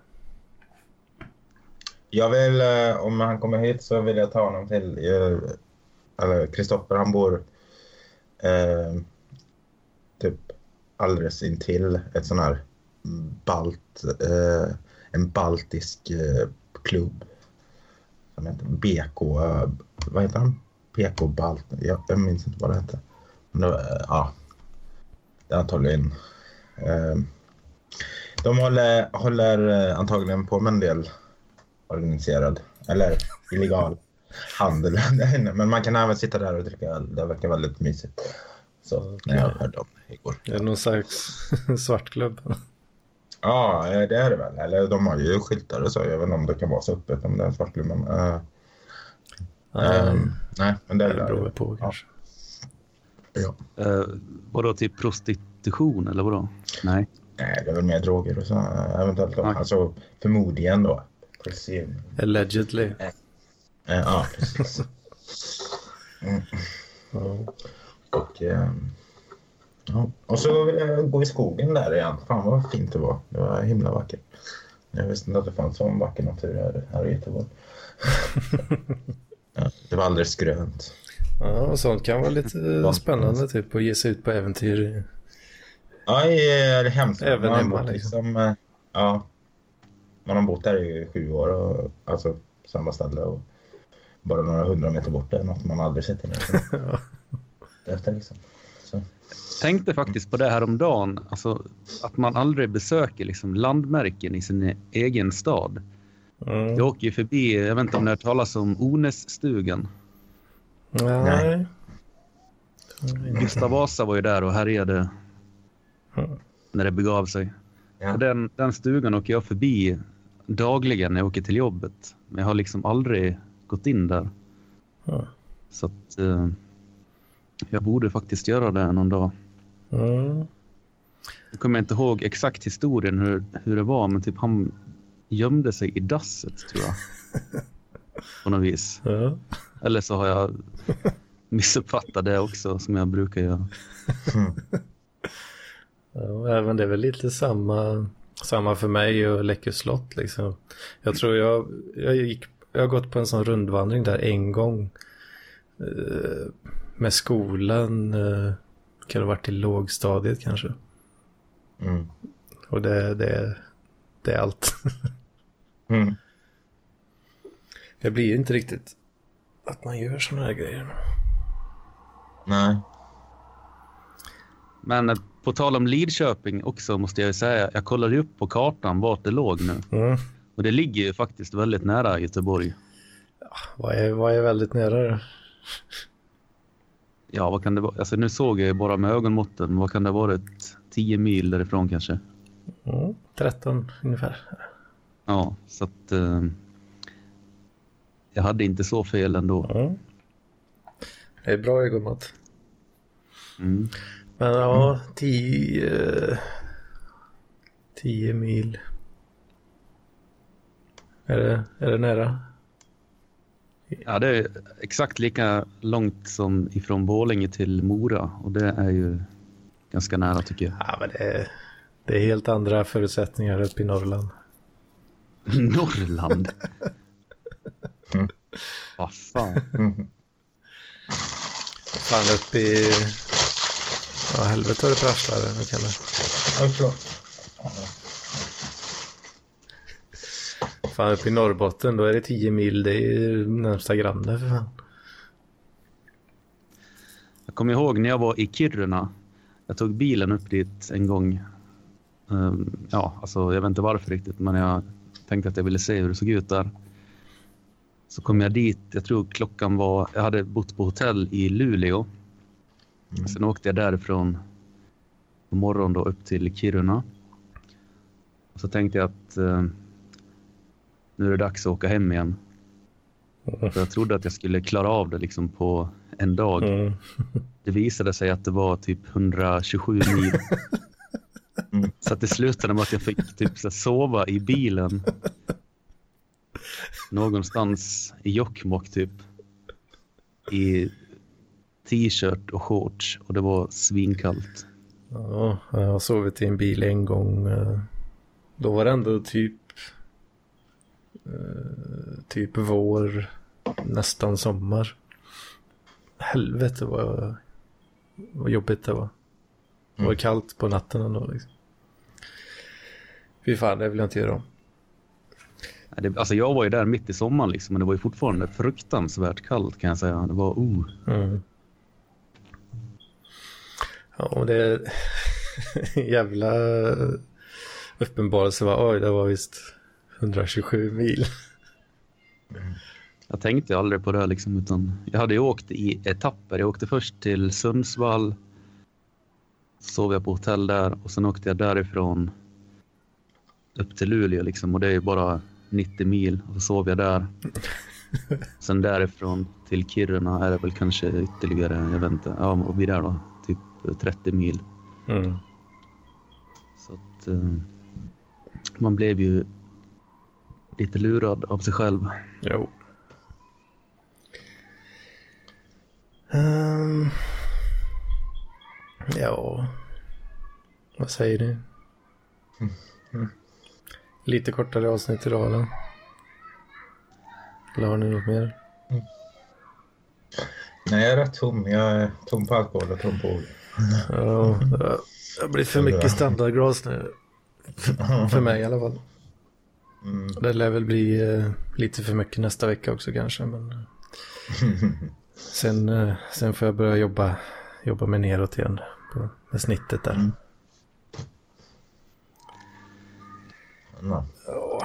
Jag vill, om han kommer hit så vill jag ta honom till, eller Kristoffer, han bor eh, typ alldeles intill ett sån här balt, eh, en baltisk eh, klubb som heter B K, eh, vad heter den? P K Balt, jag, jag minns inte vad det heter. Men det, eh, ja, det är antagligen eh, de håller, håller antagligen på med en del organiserad eller illegal handel. Men man kan även sitta där och dricka. Det verkar väldigt mysigt. Så när jag hörde om det igår. Är det någon slags svartklubb? Ja, det är det väl. Eller de har ju skyltar och så. Jag vet inte om det kan vara så öppet om det är en svartklubb. Men, uh, uh, um, nej, men det, det beror på kanske. Ja. Uh, vadå, typ prostitution eller vadå? Nej. Nej, det är väl mer droger och så. Eventuellt då. Okay. Alltså förmodligen då. Precis. Allegedly. Uh, ja, precis. Mm. Uh. Och, um, ja. Och så vill jag gå i skogen där igen. Fan vad fint det var. Det var himla vackert. Jag visste inte att det fanns sån vacker natur här, här i Göteborg. Ja, det var alldeles grönt. Ja, och sånt kan vara lite spännande typ att ge sig ut på äventyr. Ja, det är hemskt. Även man hemma liksom. liksom. Ja, man har bott där i sju år och alltså samma ställe och bara några hundra meter bort är något man aldrig sett innan. Ja. Efter liksom. Så. Tänkte faktiskt på det här om dagen, alltså att man aldrig besöker liksom landmärken i sin egen stad. Mm. Jag åker ju förbi, jag vet inte om det talas om Onesstugan. Nej. Gustav Vasa var ju där och härjade mm. när det begav sig. Ja. Och den, den stugan åker jag förbi dagligen när jag åker till jobbet. Men jag har liksom aldrig gått in där. Mm. Så att eh, jag borde faktiskt göra det någon dag. Mm. Jag kommer inte ihåg exakt historien hur, hur det var, men typ han gömde sig i dasset tror jag. På något vis. Ja. Eller så har jag missuppfattat det också som jag brukar göra. Mm. Ja, även det är väl lite samma, samma för mig och Läckö slott liksom. Jag tror jag, jag gick jag har gått på en sån rundvandring där en gång eh, med skolan eh, kan det ha varit i lågstadiet kanske. Mm. Och det, det, det är allt. Mm. Det blir ju inte riktigt att man gör såna här grejer. Nej. Men på tal om Lidköping också måste jag säga, jag kollade upp på kartan vart det låg nu. Mm. Och det ligger ju faktiskt väldigt nära Göteborg. Ja, vad är, vad är väldigt nära det? Ja, vad kan det vara? Alltså nu såg jag bara med ögonmåtten. Vad kan det vara? Ett tio mil därifrån kanske? Mm, tretton ungefär. Ja, så att eh, jag hade inte så fel ändå. Mm. Det är bra ögonmått. Mm. Men ja, tio, tio mil. Är det, är det nära? Ja, det är exakt lika långt som ifrån Borlänge till Mora. Och det är ju ganska nära tycker jag. Ja, men det är, det är helt andra förutsättningar uppe i Norrland. Norrland? Mm. Vad fan? Mm. Fan upp i... Ja, helvete har det prasslar. Nu kan det... Ja, förlåt. Fan, upp i Norrbotten, då är det tio mil. Det är närmsta granne för fan. Jag kommer ihåg när jag var i Kiruna. Jag tog bilen upp dit en gång. Um, ja, alltså jag vet inte varför riktigt. Men jag tänkte att jag ville se hur det såg ut där. Så kom jag dit, jag tror klockan var... Jag hade bott på hotell i Luleå. Mm. Sen åkte jag därifrån på morgonen då upp till Kiruna. Och så tänkte jag att eh, nu är det dags att åka hem igen. Mm. För jag trodde att jag skulle klara av det liksom på en dag. Mm. Det visade sig att det var typ hundratjugosju mil. Mm. Så att det slutade med att jag fick typ så sova i bilen. Någonstans i Jokkmokk typ. I t-shirt och shorts. Och det var svinkallt. Ja, jag har sovit i en bil en gång. Då var det ändå typ typ vår, nästan sommar. Helvete vad, vad jobbigt det var. Det var kallt på natten ändå liksom. fy fan, det vill jag inte göra om. Det, alltså jag var ju där mitt i sommaren liksom, men det var ju fortfarande fruktansvärt kallt kan jag säga. Det var oh. Mm. Ja, och det är jävla uppenbarelse var, oj, det var visst hundratjugosju mil. Mm. Jag tänkte aldrig på det liksom, utan jag hade ju åkt i etapper. Jag åkte först till Sundsvall, sov jag på hotell där och sen åkte jag därifrån upp till Luleå liksom, och det är ju bara nittio mil och så sov jag där. Sen därifrån till Kiruna är det väl kanske ytterligare, jag vet inte, ja, och vi där då, typ trettio mil. Mm. Så att eh, man blev ju lite lurad av sig själv. Jo. Um, ja, vad säger du? Mm. Mm. Lite kortare avsnitt idag, eller? Eller har ni något mer? Mm. Nej, jag är rätt tom. Jag är tom på alkohol och tom på ord. Ja, det har blivit för mycket standardglas nu. För, för mig i alla fall. Mm. Det lär väl bli eh, lite för mycket nästa vecka också kanske. Men sen, eh, sen får jag börja jobba, jobba med neråt igen på, med snittet där. Mm. Mm. Ja.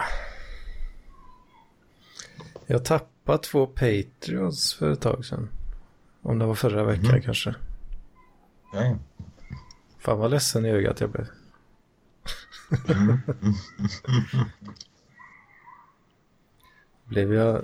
Jag tappade två Patreons för ett tag sedan. Om det var förra veckan mm. kanske. Nej. Fan vad ledsen i ögat jag blev. Mm. Blev jag eh,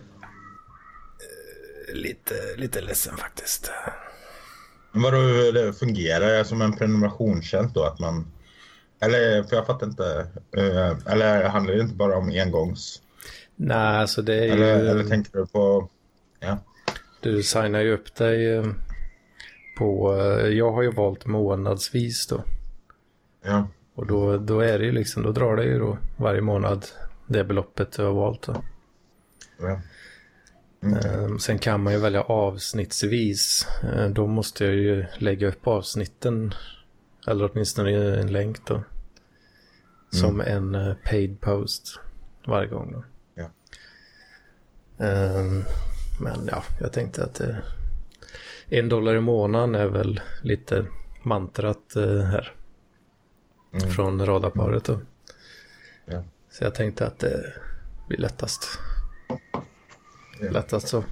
lite, lite ledsen faktiskt. Vadå, det fungerar som en prenumerationstjänst då, att man, eller för jag fattar inte, eller handlar det inte bara om engångs? Nej, alltså det är eller, ju... Eller tänker du på, ja. Du signar ju upp dig på, jag har ju valt månadsvis då. Ja. Och då, då är det ju liksom, då drar det ju då varje månad det beloppet du har valt då. Ja. Mm. Sen kan man ju välja avsnittsvis. Då måste jag ju lägga upp avsnitten, eller åtminstone en länk då, som mm. en paid post varje gång då. Ja. Um, men ja, jag tänkte att uh, en dollar i månaden är väl lite mantrat uh, här mm. från radarparet då. Ja. Så jag tänkte att det blir lättast. Ja. Lättast så.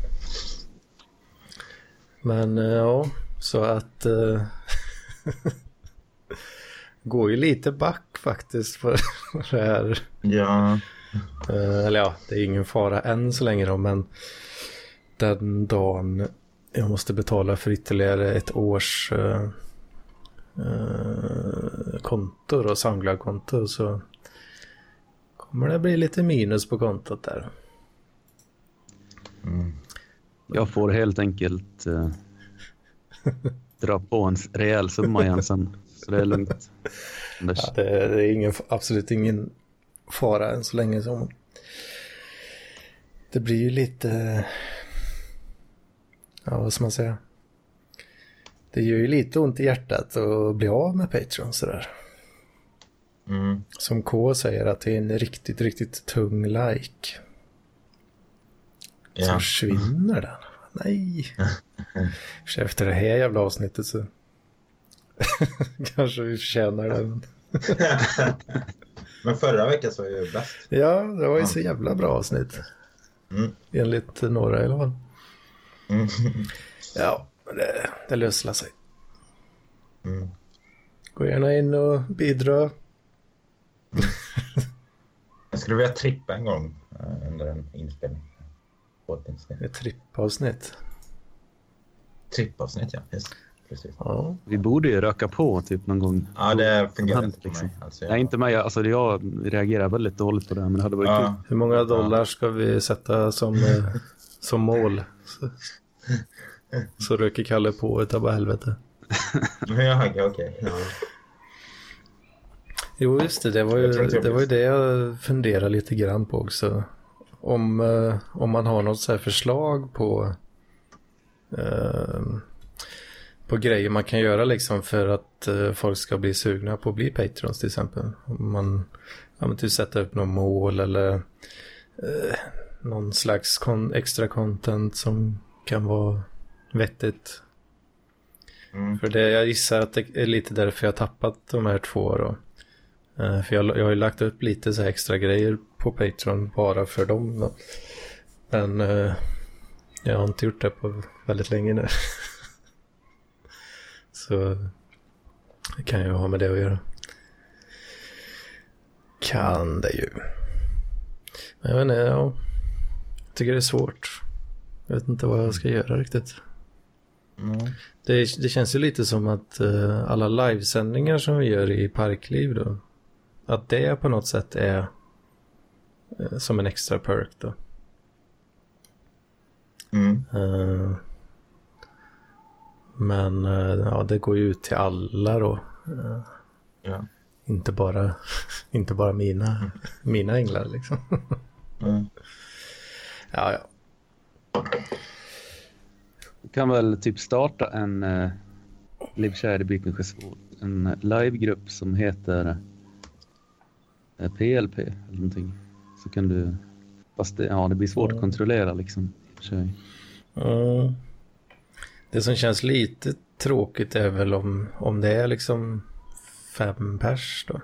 Men uh, ja, så att uh, går ju lite back faktiskt på det här. Ja. Uh, eller ja, det är ingen fara än så länge då, men den dagen jag måste betala för ytterligare ett års uh, uh, konto då, Soundcloud-konto, så kommer det bli lite minus på kontot där. Mm. Jag får helt enkelt uh, dra på en rejäl summa igen sen, så det är lugnt. Ja, det, det är ingen, absolut ingen fara än så länge som det blir ju lite, ja, vad ska man säga, det gör ju lite ont i hjärtat att bli av med Patreon sådär. Mm. Som K säger att det är en riktigt, riktigt tung like. Ja. Så försvinner den. Nej. För efter det här jävla avsnittet så kanske vi förtjänar det. Men... Men förra veckan så var ju bäst. Ja, det var ju ja. så jävla bra avsnitt. Mm. Enligt några i alla fall. Mm. Ja, det, det löslar sig. Mm. Gå gärna in och bidra. Mm. Jag skulle vilja trippa en gång under en inspelning. Ett trippavsnitt. Trippavsnitt, ja. Yes. Precis. Ja. Vi borde ju röka på typ någon gång. Ja, det fungerar inte för liksom. mig. Alltså, jag... Nej, inte mig. Alltså, jag reagerar väldigt dåligt på det här, men det hade varit ja. kul. Hur många dollar ska vi sätta som, eh, som mål? Så, så röker Kalle på ett av helvete. Ja, okej. Okay. Ja. Jo, just det. Det var, ju, det var ju det jag funderade lite grann på också. Om, eh, om man har något så här förslag på... Eh, på grejer man kan göra liksom för att uh, folk ska bli sugna på att bli Patrons till exempel. Om man ja, men typ sätta upp något mål eller uh, någon slags kon- extra content som kan vara vettigt. Mm. För det, jag gissar att det är lite därför jag har tappat de här två då. Uh, för jag, jag har ju lagt upp lite så här extra grejer på Patreon bara för dem då. Men uh, jag har inte gjort det på väldigt länge nu. Så det kan ju ha med det att göra. Kan det ju. Men jag vet inte, ja. Jag tycker det är svårt. Jag vet inte vad jag ska göra riktigt. Mm. Det, det känns ju lite som att uh, alla livesändningar som vi gör i Parkliv då, att det på något sätt är uh, som en extra perk då. Mm. Uh, men uh, ja, det går ju ut till alla då. Uh, ja. Inte bara inte bara mina mm. mina änglar liksom. mm. Ja, ja. Du kan väl typ starta en uh, Livkär, det blir kanske svårt. En livegrupp som heter uh, P L P eller någonting. Så kan du, fast det, ja, det blir svårt mm. att kontrollera liksom. Mm. Det som känns lite tråkigt är väl om, om det är liksom fem pers då.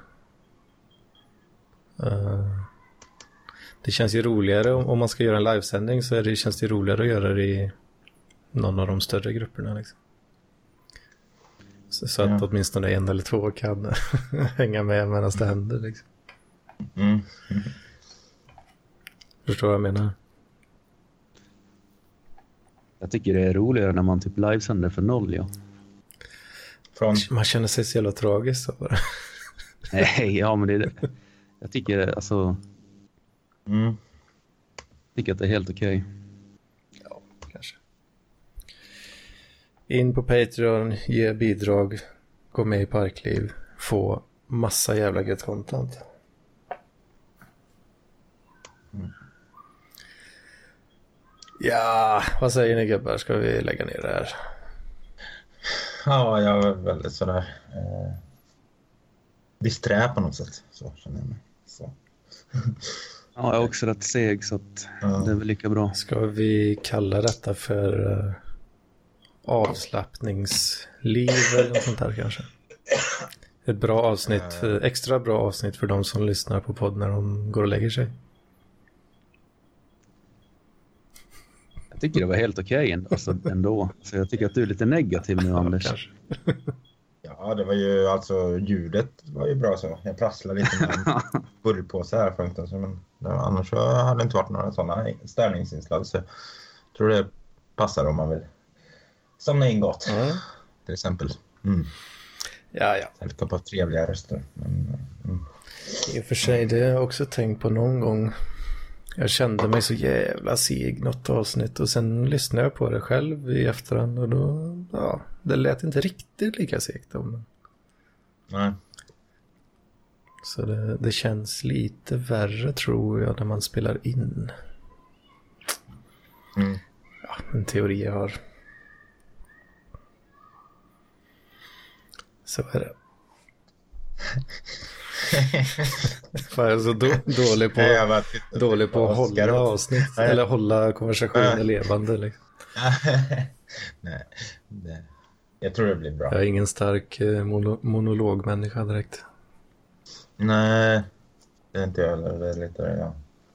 Uh, det känns ju roligare om, om man ska göra en livesändning, så är det, känns det roligare att göra det i någon av de större grupperna liksom. Så, så att ja. åtminstone en eller två kan hänga med medan det händer liksom. Mm. Mm. Förstår vad jag menar? Jag tycker det är roligare när man typ livesänder för noll, ja. Från... Man känner sig så jävla tragiskt så bara. Nej, ja men det är det. Jag tycker alltså... Mm. Jag tycker att det är helt okej. Okay. Ja, kanske. In på Patreon, ge bidrag, gå med i Parkliv, få massa jävla gött content. Mm. Ja, vad säger ni gubbar? Ska vi lägga ner det här? Ja, jag är väldigt sådär eh, disträ på något sätt. Så känner jag mig. Så. Ja, jag är också rätt seg så att ja. Det är väl lika bra. Ska vi kalla detta för uh, avslappningsliv eller något sånt där kanske? Ett bra avsnitt, uh. extra bra avsnitt för de som lyssnar på podd när de går och lägger sig. Jag tycker det var helt okej okay, alltså, ändå. Så jag tycker att du är lite negativ nu, Anders. Kanske. Ja, det var ju alltså ljudet var ju bra så. Jag prasslade lite med en burrpåse här för inte så, men ja, annars så hade det inte varit några sådana stärningsinslag, så jag tror det passar om man vill somna in gott. Mm. Till exempel. Mm. Ja, ja. Sällskap på trevliga röster. Men, mm. I och för sig, det har jag också tänkt på någon gång. Jag kände mig så jävla seg något avsnitt och sen lyssnade jag på det själv i efterhand och då, ja, det lät inte riktigt lika segt då. Men... Nej. Så det, det känns lite värre tror jag när man spelar in. Mm. Ja, en teori jag har. Så är det. Fan, jag är så då, dålig på, Nej, bara, dålig på att hålla avsnitt. Nej. Eller hålla konversationen Nej. levande. Liksom. Nej, det, jag tror det blir bra. Jag är ingen stark mono, monologmänniska direkt. Nej, det är inte jag heller. Det är lite jag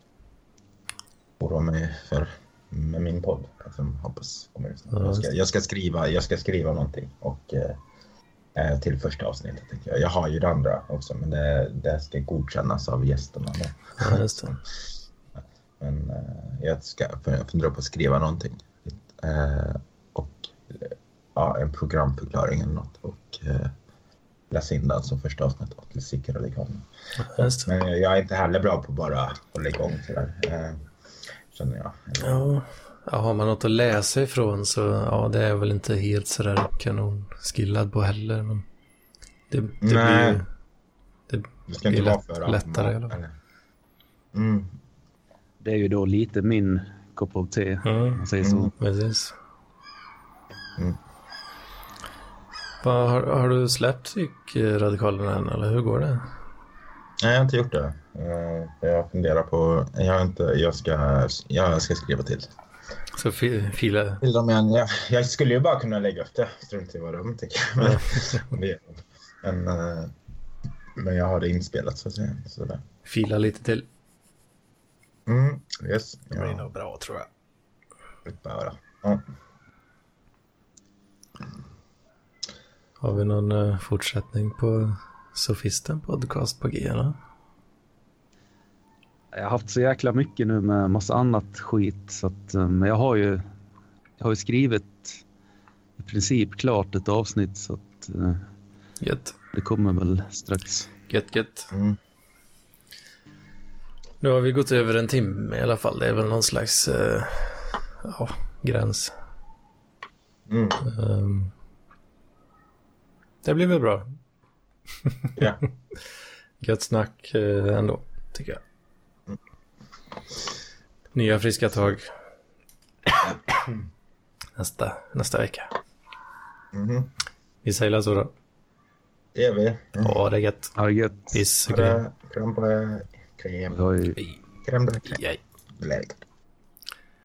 oroar mig för med min podd. Alltså, hoppas kommer ja, jag, ska, jag, ska skriva, jag ska skriva någonting och... Eh, till första avsnittet tycker jag. Jag har ju det andra också, men det, det ska godkännas av gästerna. Ja, just det. Men eh, jag ska jag funderar på att skriva någonting. Eh, och ja, en programförklaring eller något. Och eh, läsa in den som första avsnitt till Psykeradikalerna. Ja, men jag är inte heller bra på bara hålla igång sådär. Eh, känner jag. Ja. Ja, har man något att läsa ifrån så ja, det är väl inte helt sådär kanon skillad på heller, men det, det blir ju det, det ska blir inte lätt, lättare eller? Mm. Det är ju då lite min kopp av te, mm. man säger så. Mm, precis. Mm. Vad, har, har du släppt psykradikalerna än, eller hur går det? Nej, jag har inte gjort det. Jag funderar på... Jag, har inte, jag, ska, jag ska skriva till. Så fi, fila... Till dem igen. Jag, jag skulle ju bara kunna lägga upp det. Strunt i vad de tycker. Men, men, men jag har det inspelat så att säga. Sådär. Fila lite till. Mm, yes. Det blir nog bra, tror jag. Bara. Ja. Har vi någon uh, fortsättning på Sofisten podcast på G, eller? Jag har haft så jäkla mycket nu med massa annat skit. Så att, um, jag har ju jag har ju skrivit i princip klart ett avsnitt. Så att uh, Gött. Det kommer väl strax. Gött, gött. Mm. Nu har vi gått över en timme i alla fall. Det är väl någon slags uh, ja, gräns. Mm. Um, det blir väl bra. Ja. Gött snack uh, ändå, tycker jag. Nya friska tag. nästa, nästa vecka. Mm. Vi säger så då. Det är vi. Mm. Ja, det är gött. Ja, det är gött. Piss och Kräm, kräm, kräm, Oj. kräm, kräm, Yay. kräm.